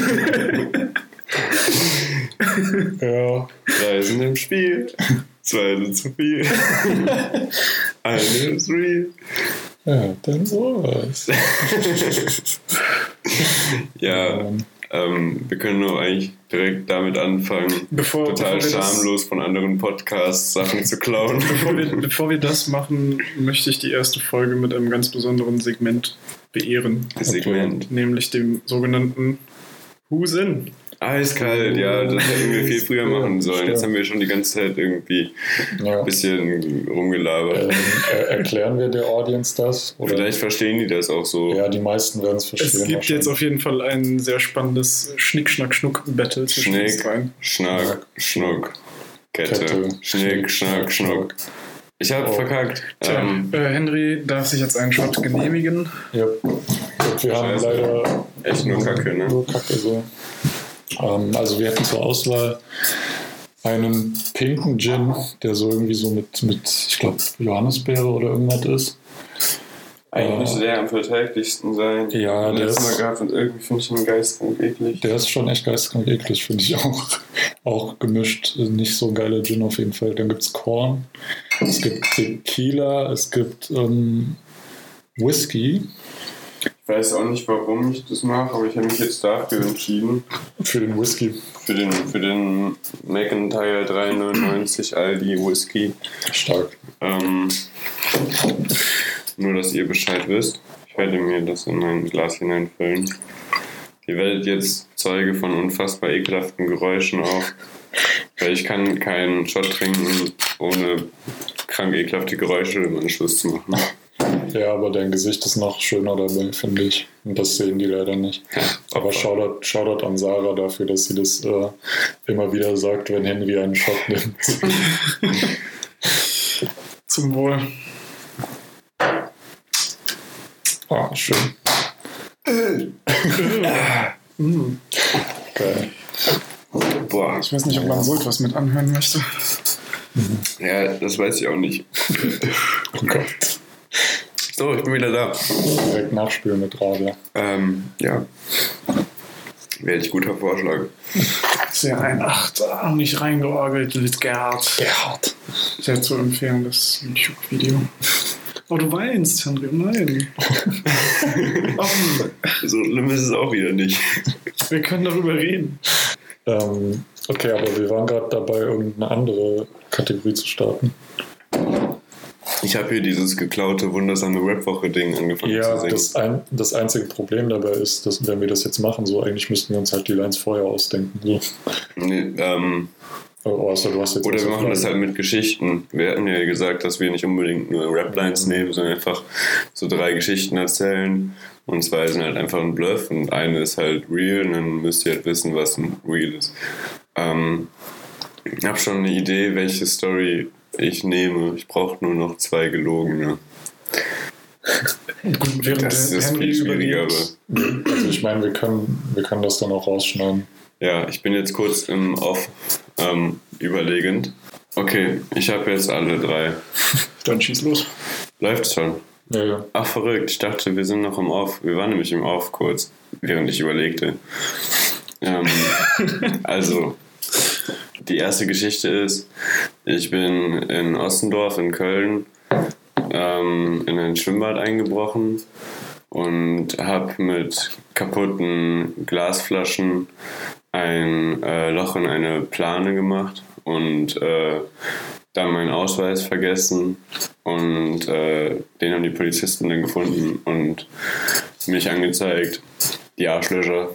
Ja.
3 sind im Spiel, 2 sind zu viel. Eine ist real.
Ja, dann sowas.
Ja, Wir können nur eigentlich direkt damit anfangen, total schamlos von anderen Podcasts Sachen zu klauen.
Bevor wir das machen, möchte ich die erste Folge mit einem ganz besonderen Segment beehren.
Segment?
Nämlich dem sogenannten Husin.
Eiskalt, ja, das hätten wir viel früher machen sollen. Jetzt haben wir schon die ganze Zeit irgendwie ein bisschen rumgelabert.
Erklären wir der Audience das? Oder?
Vielleicht verstehen die das auch so.
Ja, die meisten werden es verstehen.
Es gibt jetzt auf jeden Fall ein sehr spannendes Schnick-Schnack-Schnuck-Battle zwischen uns rein.
Schnack, Schnuck, Kette. Schnick, Schnack, Schnuck. Ich habe verkackt.
Tja, Henry darf sich jetzt einen Shot genehmigen.
Ja. Wir haben leider
echt nur Kacke, ne?
Nur Kacke, so. Also wir hatten zur Auswahl einen pinken Gin, der so irgendwie so mit ich glaube, Johannisbeere oder irgendwas ist.
Eigentlich müsste der am verträglichsten sein.
Ja, der ist...
Mal gehabt und irgendwie finde ich ihn geistkrank eklig.
Der ist schon echt geistkrank eklig, finde ich auch. Auch gemischt, nicht so ein geiler Gin auf jeden Fall. Dann gibt es Korn, es gibt Tequila, es gibt Whisky.
Ich weiß auch nicht, warum ich das mache, aber ich habe mich jetzt dafür entschieden.
Für den Whisky.
Für den McIntyre 3,99 Aldi Whisky.
Stark.
Nur, dass ihr Bescheid wisst. Ich werde mir das in ein Glas hineinfüllen. Ihr werdet jetzt Zeuge von unfassbar ekelhaften Geräuschen auch. Weil ich kann keinen Shot trinken, ohne krank ekelhafte Geräusche im Anschluss zu machen.
Ja, aber dein Gesicht ist noch schöner dabei, finde ich. Und das sehen die leider nicht. Aber Shoutout an Sarah dafür, dass sie das immer wieder sagt, wenn Henry einen Shot nimmt.
Zum Wohl.
Ah, schön. Geil.
Boah.
Ich weiß nicht, ob man so etwas mit anhören möchte.
Ja, das weiß ich auch nicht.
Oh Gott.
So, ich bin wieder da.
Direkt nachspülen mit Radio.
Ja. Wäre ich guter Vorschlag.
Sehr ein Achter, nicht reingeorgelt mit Gerhard. Sehr zu empfehlen, das YouTube-Video. Oh, du weinst, Henry, nein.
So schlimm ist es auch wieder nicht.
Wir können darüber reden.
Okay, aber wir waren gerade dabei, irgendeine andere Kategorie zu starten.
Ich habe hier dieses geklaute, wundersame Rap-Woche-Ding angefangen zu singen.
Ja, das einzige Problem dabei ist, dass wenn wir das jetzt machen, so eigentlich müssten wir uns halt die Lines vorher ausdenken. So.
Nee,
also, du hast jetzt
oder wir machen das halt mit Geschichten. Wir hatten ja gesagt, dass wir nicht unbedingt nur Rap-Lines nehmen, sondern einfach so 3 Geschichten erzählen. Und 2 sind halt einfach ein Bluff und eine ist halt real und dann müsst ihr halt wissen, was ein real ist. Ich habe schon eine Idee, welche Story ich nehme. Ich brauche nur noch 2 gelogene.
Gut, während
das ist
Henry
viel schwieriger.
Also ich meine, wir können das dann auch rausschneiden.
Ja, ich bin jetzt kurz im Off überlegend. Okay, ich habe jetzt alle 3.
Dann schieß los.
Läuft schon.
Ja.
Ach, verrückt. Ich dachte, wir sind noch im Off. Wir waren nämlich im Off kurz, während ich überlegte. Also, die erste Geschichte ist, ich bin in Ossendorf in Köln in ein Schwimmbad eingebrochen und habe mit kaputten Glasflaschen ein Loch in eine Plane gemacht und dann meinen Ausweis vergessen und den haben die Polizisten dann gefunden und mich angezeigt, die Arschlöcher,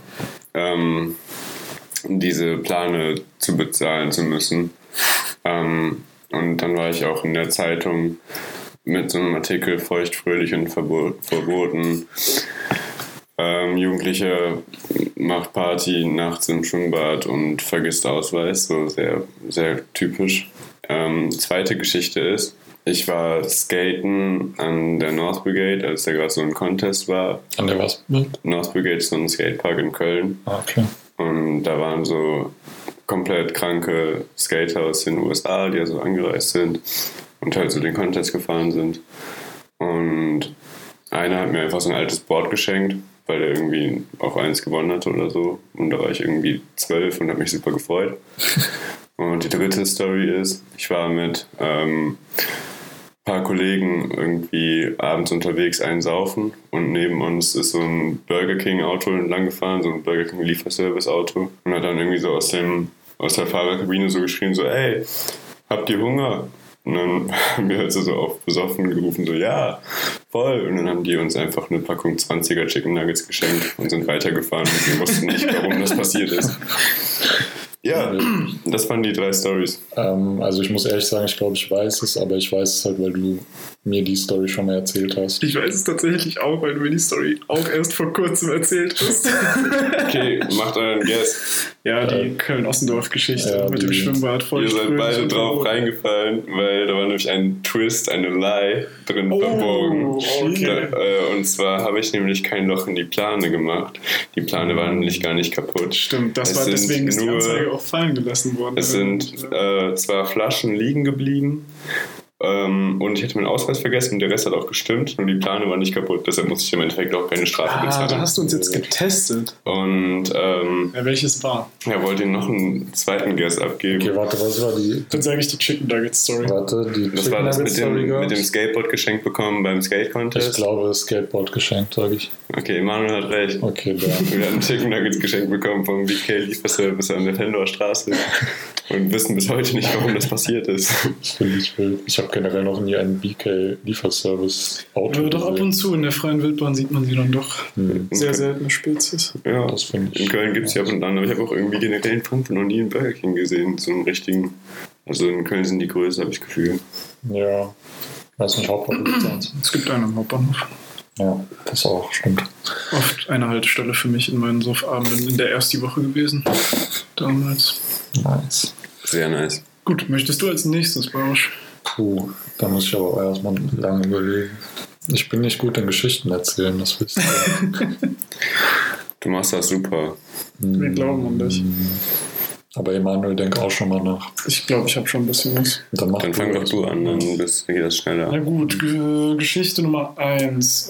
diese Plane zu bezahlen zu müssen. Und dann war ich auch in der Zeitung mit so einem Artikel feucht, fröhlich und verboten. Jugendlicher macht Party nachts im Schwimmbad und vergisst Ausweis, so sehr, sehr typisch. Zweite Geschichte ist, ich war skaten an der North Brigade, als da gerade so ein Contest war.
An der was?
North Brigade ist so ein Skatepark in Köln.
Ah, okay.
Und da waren so komplett kranke Skater aus den USA, die also angereist sind und halt so den Contest gefahren sind. Und einer hat mir einfach so ein altes Board geschenkt, weil er irgendwie auch eins gewonnen hatte oder so. Und da war ich irgendwie 12 und habe mich super gefreut. Und die dritte Story ist, ich war mit paar Kollegen irgendwie abends unterwegs einsaufen und neben uns ist so ein Burger King Auto entlang gefahren, so ein Burger King Lieferservice Auto und hat dann irgendwie so aus der Fahrerkabine so geschrien, so ey, habt ihr Hunger? Und dann haben wir halt so auf besoffen gerufen, so ja, voll. Und dann haben die uns einfach eine Packung 20er Chicken Nuggets geschenkt und sind weitergefahren und wir wussten nicht, warum das passiert ist. Ja, das waren die 3 Storys.
Also ich muss ehrlich sagen, ich glaube, ich weiß es, aber ich weiß es halt, weil du mir die Story schon mal erzählt hast.
Ich weiß es tatsächlich auch, weil du mir die Story auch erst vor kurzem erzählt hast.
Okay, macht euren Guess.
Ja, die Köln-Ossendorf-Geschichte mit dem Schwimmbad voll.
Ihr seid beide drauf reingefallen, weil da war nämlich ein Twist, eine Lie drin verborgen.
Okay.
Und zwar habe ich nämlich kein Loch in die Plane gemacht. Die Plane war nämlich gar nicht kaputt.
Stimmt, deswegen ist die Anzeige auch fallen gelassen worden.
Es sind zwar Flaschen liegen geblieben, und ich hatte meinen Ausweis vergessen und der Rest hat auch gestimmt und die Plane war nicht kaputt, deshalb musste ich im Endeffekt auch keine Strafe bezahlen.
Da hast du uns jetzt getestet.
Und
welches war?
Er wollte noch einen zweiten Guess abgeben.
Okay, warte, was war die?
Dann sage ich die Chicken Nugget Story.
Warte,
das war das mit dem Skateboard geschenkt bekommen beim Skate Contest.
Ich glaube, das Skateboard geschenkt, sage ich.
Okay, Manuel hat recht.
Okay, da.
Wir hatten Chicken Nuggets geschenkt bekommen vom BK Lieferservice an der Fenloer Straße und wissen bis heute nicht, warum das passiert ist.
Das finde ich wild. Ich habe generell noch nie einen BK-Lieferservice-Auto
Doch ab und zu in der freien Wildbahn sieht man sie dann doch. Sehr seltene Spezies.
Ja,
das finde ich.
In Köln gibt es ja ab und an, aber ich habe auch irgendwie generell in Frankfurt noch nie einen Burger King gesehen. So einen richtigen. Also in Köln sind die größer, habe ich das Gefühl.
Ja, weiß nicht, Hauptbahnhof gibt es sonst.
Es gibt einen am Hauptbahnhof.
Ja, das auch, stimmt.
Oft eine Haltestelle für mich in meinen Suffabenden in der ersten Woche gewesen. Damals.
Nice.
Sehr nice.
Gut, möchtest du als nächstes, Bausch?
Puh, da muss ich aber auch erstmal lange überlegen. Ich bin nicht gut in Geschichten erzählen, das wisst ihr.
Du machst das super.
Wir glauben an dich.
Aber Emanuel, denk auch schon mal nach.
Ich glaube, ich habe schon ein bisschen was.
Dann fang doch du an, dann geht das schneller.
Na gut, Geschichte Nummer 1.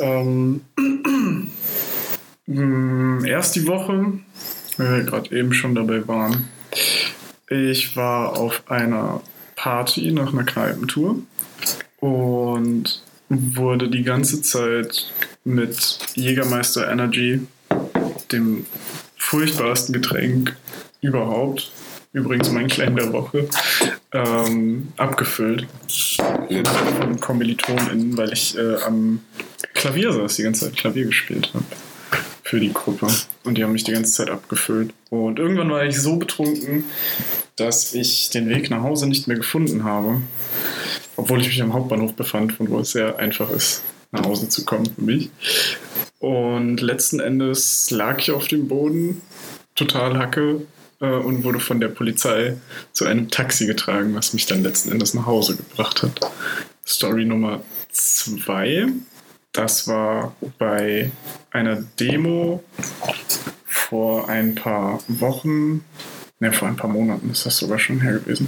Erst die Woche, weil wir gerade eben schon dabei waren. Ich war auf einer Party nach einer Kneipentour und wurde die ganze Zeit mit Jägermeister Energy, dem furchtbarsten Getränk überhaupt, übrigens mein Klein der Woche, abgefüllt von KommilitonInnen, weil ich am Klavier saß, die ganze Zeit Klavier gespielt habe für die Gruppe und die haben mich die ganze Zeit abgefüllt und irgendwann war ich so betrunken, dass ich den Weg nach Hause nicht mehr gefunden habe, obwohl ich mich am Hauptbahnhof befand, von wo es sehr einfach ist, nach Hause zu kommen für mich. Und letzten Endes lag ich auf dem Boden, total Hacke, und wurde von der Polizei zu einem Taxi getragen, was mich dann letzten Endes nach Hause gebracht hat. Story Nummer 2, das war bei einer Demo vor ein paar Wochen, vor ein paar Monaten ist das sogar schon her gewesen.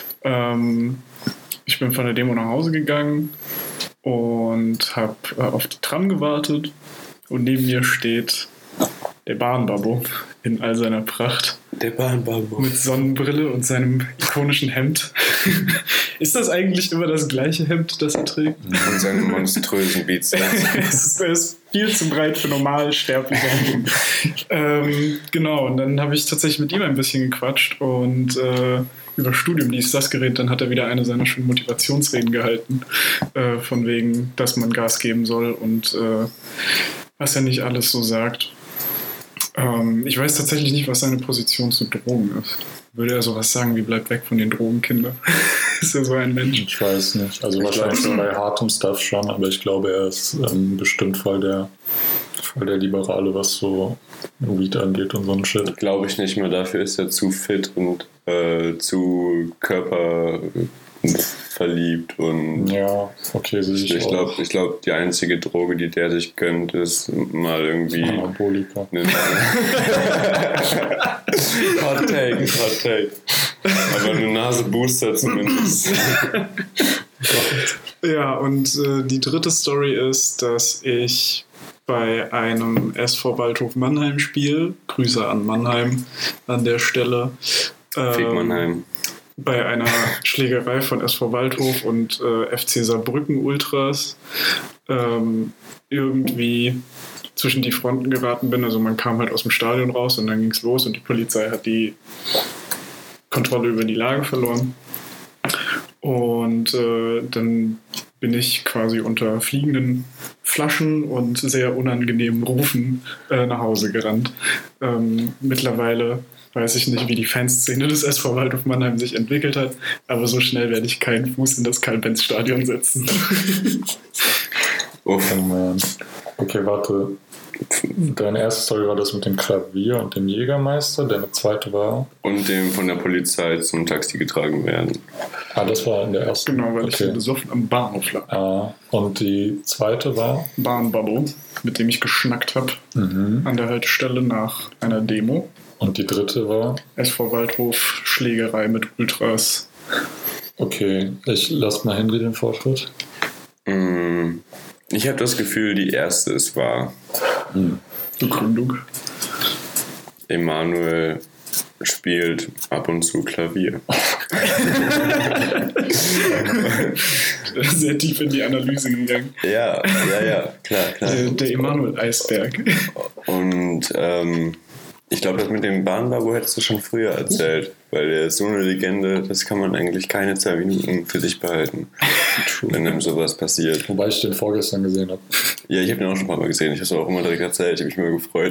Ich bin von der Demo nach Hause gegangen und habe auf die Tram gewartet und neben mir steht der Bahnbabbo in all seiner Pracht.
Der Bahnbabbo.
Mit Sonnenbrille und seinem ikonischen Hemd. Ist das eigentlich immer das gleiche Hemd, das er trägt?
Und seinen monströsen Bizeps.
Er ist viel zu breit für normalsterbliche Hemden. Genau, und dann habe ich tatsächlich mit ihm ein bisschen gequatscht und über Studium, dies, das Gerät, dann hat er wieder eine seiner schönen Motivationsreden gehalten, von wegen, dass man Gas geben soll und was er nicht alles so sagt. Ich weiß tatsächlich nicht, was seine Position zu Drogen ist. Würde er sowas sagen wie bleibt weg von den Drogenkinder? Ist er so ein Mensch?
Ich weiß nicht. Also wahrscheinlich so bei hartem Stuff schon, aber ich glaube, er ist bestimmt voll der Liberale, was so Weed angeht und so ein Shit.
Glaube ich nicht mehr. Dafür ist er zu fit und zu körperverliebt und
ja, okay, sehe ich auch.
Ich glaube, die einzige Droge, die der sich gönnt, ist mal irgendwie
Anabolika.
Hot Take. Aber eine Nasebooster zumindest.
Ja, und die dritte Story ist, dass ich bei einem SV Waldhof Mannheim Spiel, Grüße an Mannheim an der Stelle.
Fick Mannheim.
bei einer Schlägerei von SV Waldhof und FC Saarbrücken Ultras irgendwie zwischen die Fronten geraten bin. Also man kam halt aus dem Stadion raus und dann ging es los und die Polizei hat die Kontrolle über die Lage verloren. Und dann bin ich quasi unter fliegenden Flaschen und sehr unangenehmen Rufen nach Hause gerannt. Mittlerweile weiß ich nicht, wie die Fanszene des SV Waldhof Mannheim sich entwickelt hat, aber so schnell werde ich keinen Fuß in das Karl-Benz-Stadion setzen.
Oh man. Okay, warte. Deine erste Story war das mit dem Klavier und dem Jägermeister, deine zweite war?
Und dem von der Polizei zum Taxi getragen werden.
Ah, das war in der ersten?
Genau, weil ich besoffen am Bahnhof lag.
Ah, und die zweite war?
Bahnbabbo, mit dem ich geschnackt habe an der Haltestelle nach einer Demo.
Und die dritte war?
SV Waldhof, Schlägerei mit Ultras.
Okay, ich lasse mal Henry den Vortritt.
Ich habe das Gefühl, die erste ist wahr.
Begründung.
Emanuel spielt ab und zu Klavier.
Sehr tief in die Analyse gegangen.
Ja, klar.
Der Emanuel-Eisberg.
Und ich glaube, das mit dem Bahnbabo hättest du schon früher erzählt, weil der ist so eine Legende, das kann man eigentlich keine 2 Minuten für sich behalten, wenn einem sowas passiert.
Wobei ich den vorgestern gesehen habe.
Ja, ich habe den auch schon ein paar Mal gesehen, ich habe es auch immer direkt erzählt, ich habe mich immer gefreut.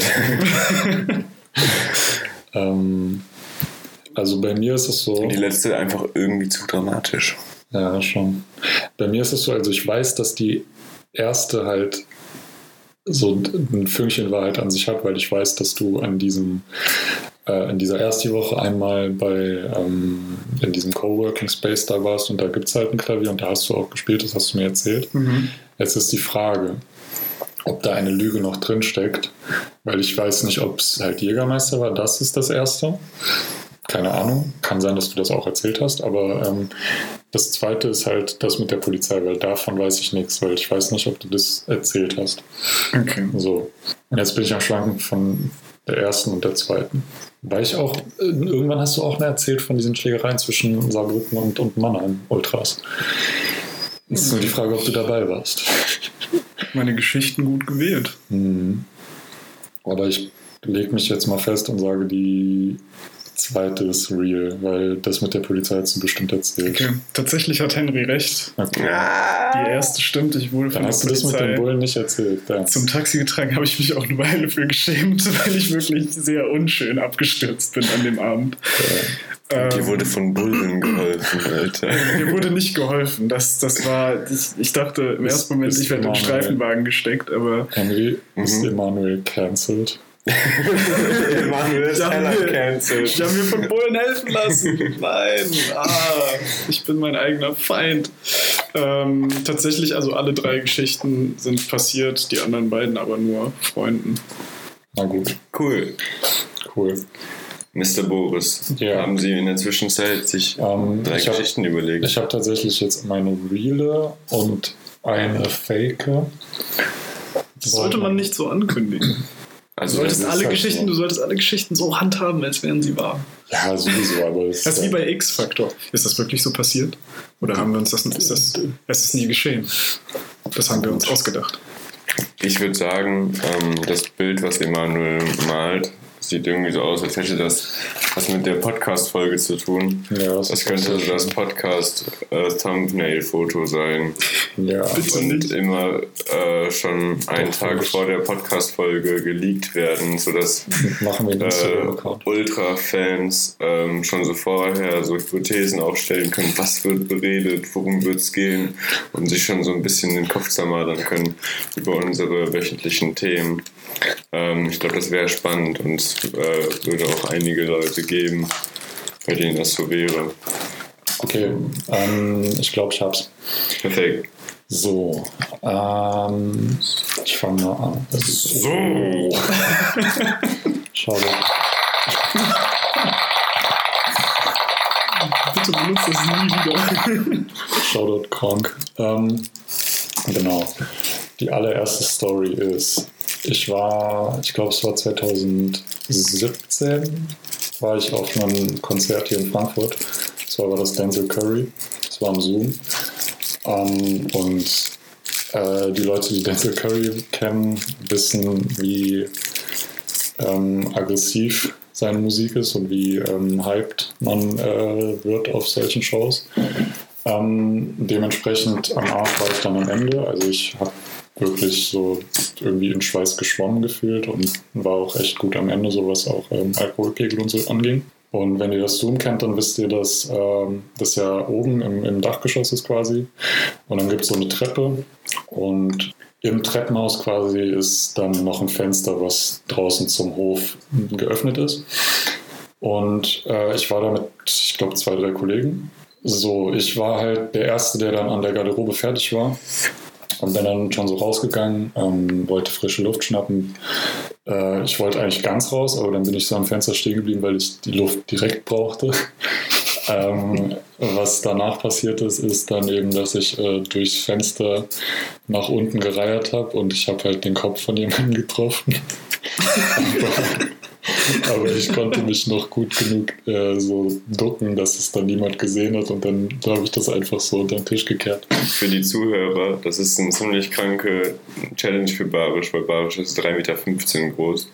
Also bei mir ist es so...
Und die letzte einfach irgendwie zu dramatisch.
Ja, schon. Bei mir ist es so, also ich weiß, dass die erste halt so ein Fünkchen Wahrheit an sich hat, weil ich weiß, dass du an diesem in dieser ersten Woche einmal in diesem Coworking Space da warst und da gibt es halt ein Klavier und da hast du auch gespielt, das hast du mir erzählt. Jetzt ist die Frage, ob da eine Lüge noch drin steckt, weil ich weiß nicht, ob es halt Jägermeister war, das ist das erste. Keine Ahnung, kann sein, dass du das auch erzählt hast, aber das zweite ist halt das mit der Polizei, weil davon weiß ich nichts, weil ich weiß nicht, ob du das erzählt hast.
Okay.
So. Und jetzt bin ich am Schwanken von der ersten und der zweiten. Weil ich auch, irgendwann hast du auch mal erzählt von diesen Schlägereien zwischen Saarbrücken und Mannheim Ultras. Es ist nur die Frage, ob du dabei warst.
Meine Geschichten gut gewählt.
Aber ich lege mich jetzt mal fest und sage, die zweite ist real, weil das mit der Polizei hast du bestimmt erzählt.
Okay, tatsächlich hat Henry recht.
Okay.
Die erste stimmt, ich wurde von
Dann
der
hast du das
Polizei
mit dem Bullen nicht erzählt. Ja.
zum Taxi getragen, habe ich mich auch eine Weile für geschämt, weil ich wirklich sehr unschön abgestürzt bin an dem Abend.
Dir wurde von Bullen geholfen, Alter.
Mir wurde nicht geholfen. Das war, ich dachte im ersten Moment, ich werde in den Streifenwagen gesteckt, aber...
Henry ist Emanuel cancelled.
Emanuel ist heller cancelled.
Ich habe mir von Bullen helfen lassen. Nein. Ich bin mein eigener Feind. Tatsächlich, also alle 3 Geschichten sind passiert, die anderen beiden aber nur Freunden.
Na gut.
Cool. Mr. Boris,
Ja.
haben Sie in der Zwischenzeit sich 3 Geschichten überlegt?
Ich habe tatsächlich jetzt meine reale und eine fake.
Das sollte man nicht so ankündigen.
Also
Du solltest
das ist
alle
halt
Geschichten,
so.
du solltest alle Geschichten so handhaben, als wären sie wahr.
Ja, sowieso, aber es
Das ist wie bei X-Factor. Ist das wirklich so passiert? Oder haben wir uns das ist nie geschehen? Das haben wir uns ausgedacht.
Ich würde sagen, das Bild, was Emanuel malt, sieht irgendwie so aus, als hätte das was mit der Podcast-Folge zu tun.
Ja,
Das könnte so das Podcast-Thumbnail-Foto sein.
Ja,
Und immer schon einen Tag vor der Podcast-Folge geleakt werden, sodass
machen wir einen Instagram-Account.
Ultra-Fans schon so vorher so Hypothesen aufstellen können, was wird beredet, worum wird es gehen und sich schon so ein bisschen den Kopf zermadern können über unsere wöchentlichen Themen. Ich glaube, das wäre spannend und es würde auch einige Leute geben, bei denen das so wäre.
Okay, ich glaube, ich hab's.
Perfekt.
So, ich fange mal an.
So.
Schau dir.
Bitte benutzt das nie wieder.
Shoutout Kronk. Genau. Die allererste Story ist, ich glaube es war 2017, war ich auf einem Konzert hier in Frankfurt zwar war das Denzel Curry. Das war am Zoom. Und die Leute, die Denzel Curry kennen, wissen, wie aggressiv seine Musik ist und wie hyped man wird auf solchen Shows. Dementsprechend am Arsch war ich dann am Ende. Also ich habe wirklich so irgendwie in Schweiß geschwommen gefühlt und war auch echt gut am Ende, so was auch Alkoholpegel und so anging. Und wenn ihr das Zoom kennt, dann wisst ihr, dass das ja oben im Dachgeschoss ist quasi. Und dann gibt es so eine Treppe und im Treppenhaus quasi ist dann noch ein Fenster, was draußen zum Hof geöffnet ist. Und ich war da mit, ich glaube, 2, 3 Kollegen. So, ich war halt der Erste, der dann an der Garderobe fertig war. Und bin dann schon so rausgegangen, wollte frische Luft schnappen. Ich wollte eigentlich ganz raus, aber dann bin ich so am Fenster stehen geblieben, weil ich die Luft direkt brauchte. Was danach passiert ist dann eben, dass ich durchs Fenster nach unten gereiert habe und ich habe halt den Kopf von jemandem getroffen. Aber ich konnte mich noch gut genug so ducken, dass es dann niemand gesehen hat und dann habe ich das einfach so unter den Tisch gekehrt.
Für die Zuhörer, das ist eine ziemlich kranke Challenge für Barisch, weil Barisch ist 3,15 Meter groß.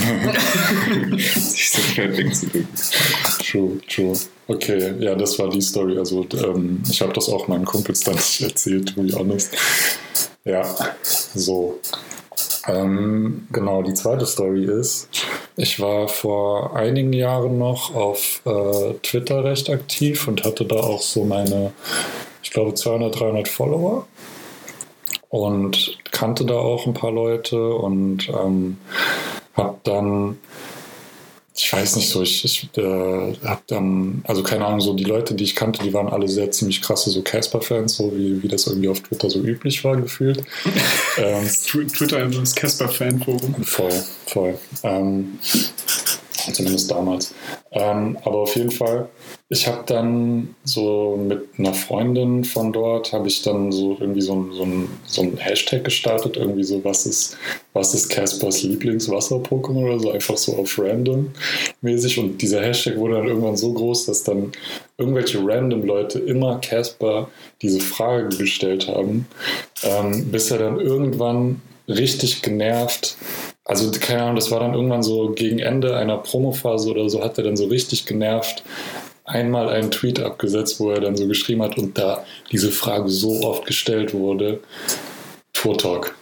Sich so schnell wegzuducken.
True. Okay, ja, das war die Story. Also ich habe das auch meinen Kumpels dann nicht erzählt, to be honest. Ja, so. Genau, die zweite Story ist, ich war vor einigen Jahren noch auf Twitter recht aktiv und hatte da auch so meine, ich glaube, 200, 300 Follower und kannte da auch ein paar Leute und habe dann, ich weiß nicht so, ich habe dann, also keine Ahnung, so die Leute, die ich kannte, die waren alle sehr ziemlich krasse so Casper-Fans, so wie das irgendwie auf Twitter so üblich war, gefühlt.
Twitter ist das Casper-Fan-Forum.
Voll. Zumindest damals. Aber auf jeden Fall, ich habe dann so mit einer Freundin von dort, habe ich dann so irgendwie so ein Hashtag gestartet, irgendwie so, was ist Caspers Lieblingswasser-Pokémon oder so, einfach so auf random mäßig. Und dieser Hashtag wurde dann irgendwann so groß, dass dann irgendwelche random Leute immer Casper diese Frage gestellt haben, bis er dann irgendwann richtig genervt, also keine Ahnung, das war dann irgendwann so gegen Ende einer Promophase oder so, hat er dann so richtig genervt einmal einen Tweet abgesetzt, wo er dann so geschrieben hat und da diese Frage so oft gestellt wurde, Turtok.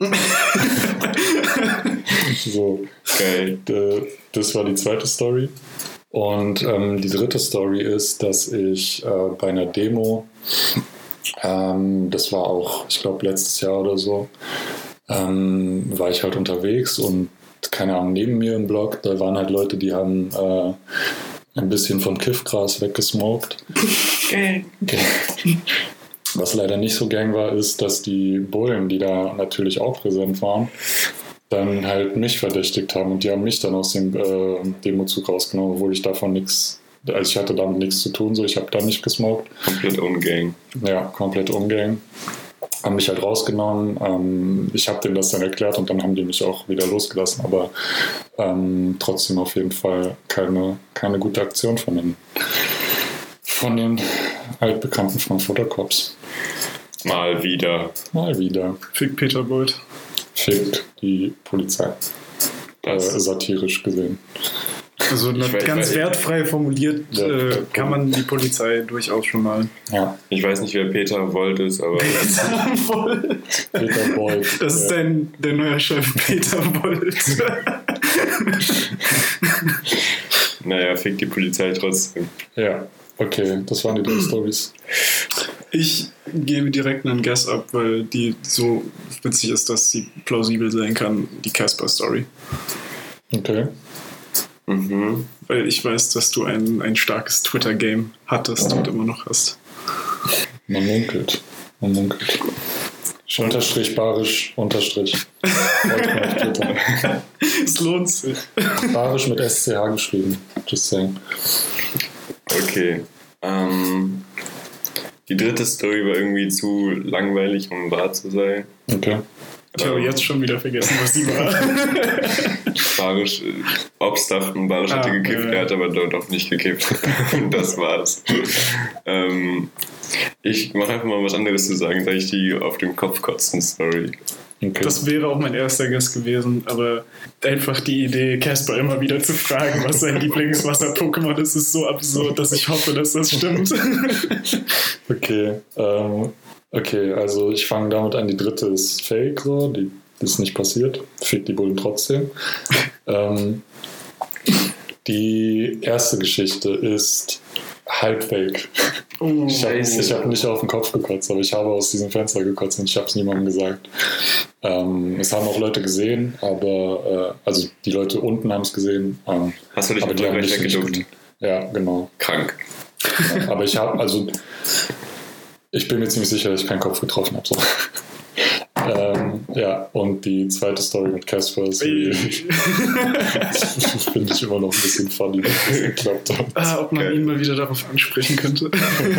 So, geil. Das war die zweite Story. Und die dritte Story ist, dass ich bei einer Demo, das war auch, ich glaube, letztes Jahr oder so, war ich halt unterwegs und keine Ahnung, neben mir im Block, da waren halt Leute, die haben ein bisschen vom Kiffgras weggesmoked.
Gang.
Was leider nicht so gang war, ist, dass die Bullen, die da natürlich auch präsent waren, dann halt mich verdächtigt haben und die haben mich dann aus dem Demozug rausgenommen, obwohl ich davon nichts, also ich hatte damit nichts zu tun, so ich habe da nicht gesmoked.
Komplett ungang.
Ja, komplett ungang. Haben mich halt rausgenommen. Ich habe denen das dann erklärt und dann haben die mich auch wieder losgelassen, aber trotzdem auf jeden Fall keine gute Aktion von den altbekannten Frankfurter Cops.
Mal wieder.
Fick Peter Beuth.
Fick die Polizei. Satirisch gesehen.
Also ganz wertfrei formuliert kann man die Polizei durchaus schon mal.
Ja.
Ich weiß nicht, wer Peter Volt ist, aber...
Peter Beuth.
Das ist der neue Chef, Peter Volt.
Naja, fick die Polizei trotzdem.
Ja, okay, das waren die 3 Storys.
Ich gebe direkt einen Guess ab, weil die so witzig ist, dass sie plausibel sein kann, die Casper-Story.
Okay.
Mhm.
Weil ich weiß, dass du ein starkes Twitter-Game hattest und immer noch hast.
Man munkelt. Unterstrich Barisch, Unterstrich.
Es lohnt sich.
Barisch mit SCH geschrieben. Just saying.
Okay. Die dritte Story war irgendwie zu langweilig, um wahr zu sein.
Okay.
Ich habe jetzt schon wieder vergessen, was sie war.
Obst dachten, Barisch hatte gekifft, er hat aber doch nicht gekifft. Und das war's. Ich mache einfach mal was anderes zu sagen, sage ich die auf dem Kopf kotzen Story.
Okay.
Das wäre auch mein erster Guess gewesen, aber einfach die Idee, Casper immer wieder zu fragen, was sein Lieblingswasser-Pokémon ist, ist so absurd, dass ich hoffe, dass das stimmt.
Okay, also ich fange damit an, die dritte ist fake, so, die ist nicht passiert, fick die Bullen trotzdem. Die erste Geschichte ist halb fake.
Oh,
Ich habe nicht auf den Kopf gekotzt, aber ich habe aus diesem Fenster gekotzt und ich habe es niemandem gesagt. Es haben auch Leute gesehen, aber also die Leute unten haben es gesehen.
Hast du dich
aber die haben
gleich
nicht
weggeduckt?
Ja, genau.
Krank.
Ja, aber ich bin mir ziemlich sicher, dass ich keinen Kopf getroffen habe. So. Ja, und die zweite Story mit Casper ist finde ich immer noch ein bisschen funny, dass das geklappt hat.
Ob man ihn mal wieder darauf ansprechen könnte.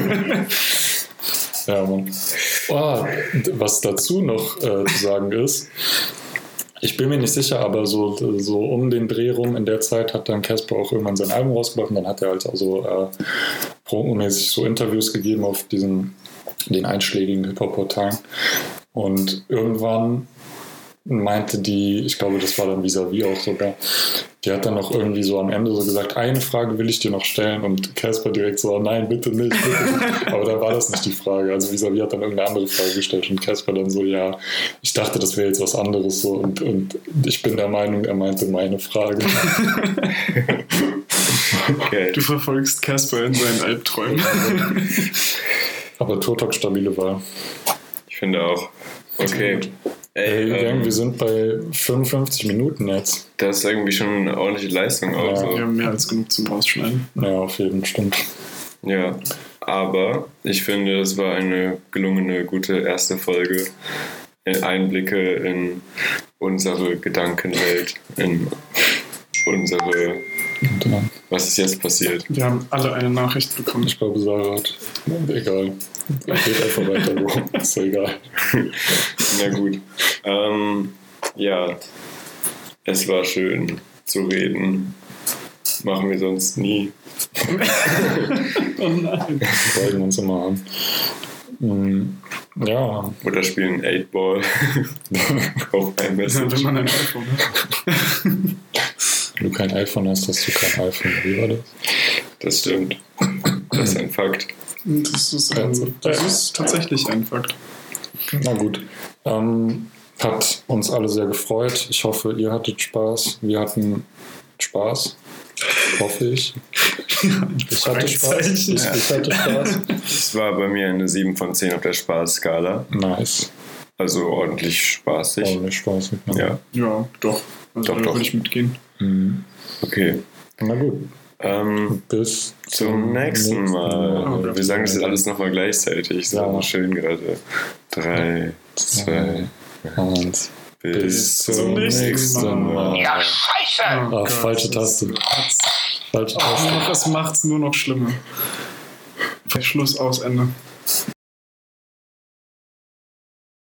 Ja, Mann. Was dazu noch zu sagen ist, ich bin mir nicht sicher, aber so um den Dreh rum in der Zeit hat dann Casper auch irgendwann sein Album rausgebracht und dann hat er halt also promomäßig so Interviews gegeben auf den einschlägigen Hip-Hop-Portalen. Und irgendwann meinte die, ich glaube, das war dann Vis-a-vis auch sogar, die hat dann noch irgendwie so am Ende so gesagt, eine Frage will ich dir noch stellen und Casper direkt so, nein, bitte nicht, bitte nicht. Aber dann war das nicht die Frage. Also Vis-a-vis hat dann irgendeine andere Frage gestellt und Casper dann so, ja, ich dachte, das wäre jetzt was anderes so und ich bin der Meinung, er meinte meine Frage.
Okay.
Du verfolgst Casper in seinen Albträumen.
Aber Turtok stabile Wahl.
Ich finde auch. Okay.
Ey, wir sind bei 55 Minuten jetzt.
Das ist irgendwie schon eine ordentliche Leistung auch.
Ja.
So.
Wir haben mehr als genug zum Rausschneiden.
Ja, auf jeden Fall, stimmt.
Ja, aber ich finde, es war eine gelungene, gute erste Folge. Einblicke in unsere Gedankenwelt, in unsere... Was ist jetzt passiert?
Wir haben alle eine Nachricht bekommen.
Ich glaube, Sarah hat... Egal. Geht einfach weiter, Bro. Ist ja egal.
Na gut. Ja, es war schön zu reden. Machen wir sonst nie.
Oh nein.
Wir freuen uns immer an. Ja.
Oder spielen 8-Ball auf ein
Ja,
Message.
wenn man ein iPhone hat.
Wenn du kein iPhone hast, hast du kein iPhone. Wie war das?
Das stimmt. Das ist ein Fakt.
Das ist tatsächlich ein Fakt.
Na gut. Hat uns alle sehr gefreut. Ich hoffe, ihr hattet Spaß. Wir hatten Spaß. Hoffe ich. Ich hatte Spaß. Ich hatte Spaß.
Es war bei mir eine 7 von 10 auf der Spaßskala.
Nice.
Also ordentlich spaßig.
Ordentlich spaßig. Ne?
Ja.
Ja, doch. Also
Doch,
da
doch.
würde ich mitgehen.
Mhm.
Okay.
Na gut. Bis
Zum nächsten Mal.
Oh Gott.
Wir sagen das jetzt alles nochmal gleichzeitig. So
Ja.
schön gerade. 3, 2,
1.
bis
zum nächsten
Mal.
Ja, scheiße!
Oh Gott,
falsche
das
Taste. Falsche Taste.
Das macht's nur noch schlimmer. Schluss, aus, Ende.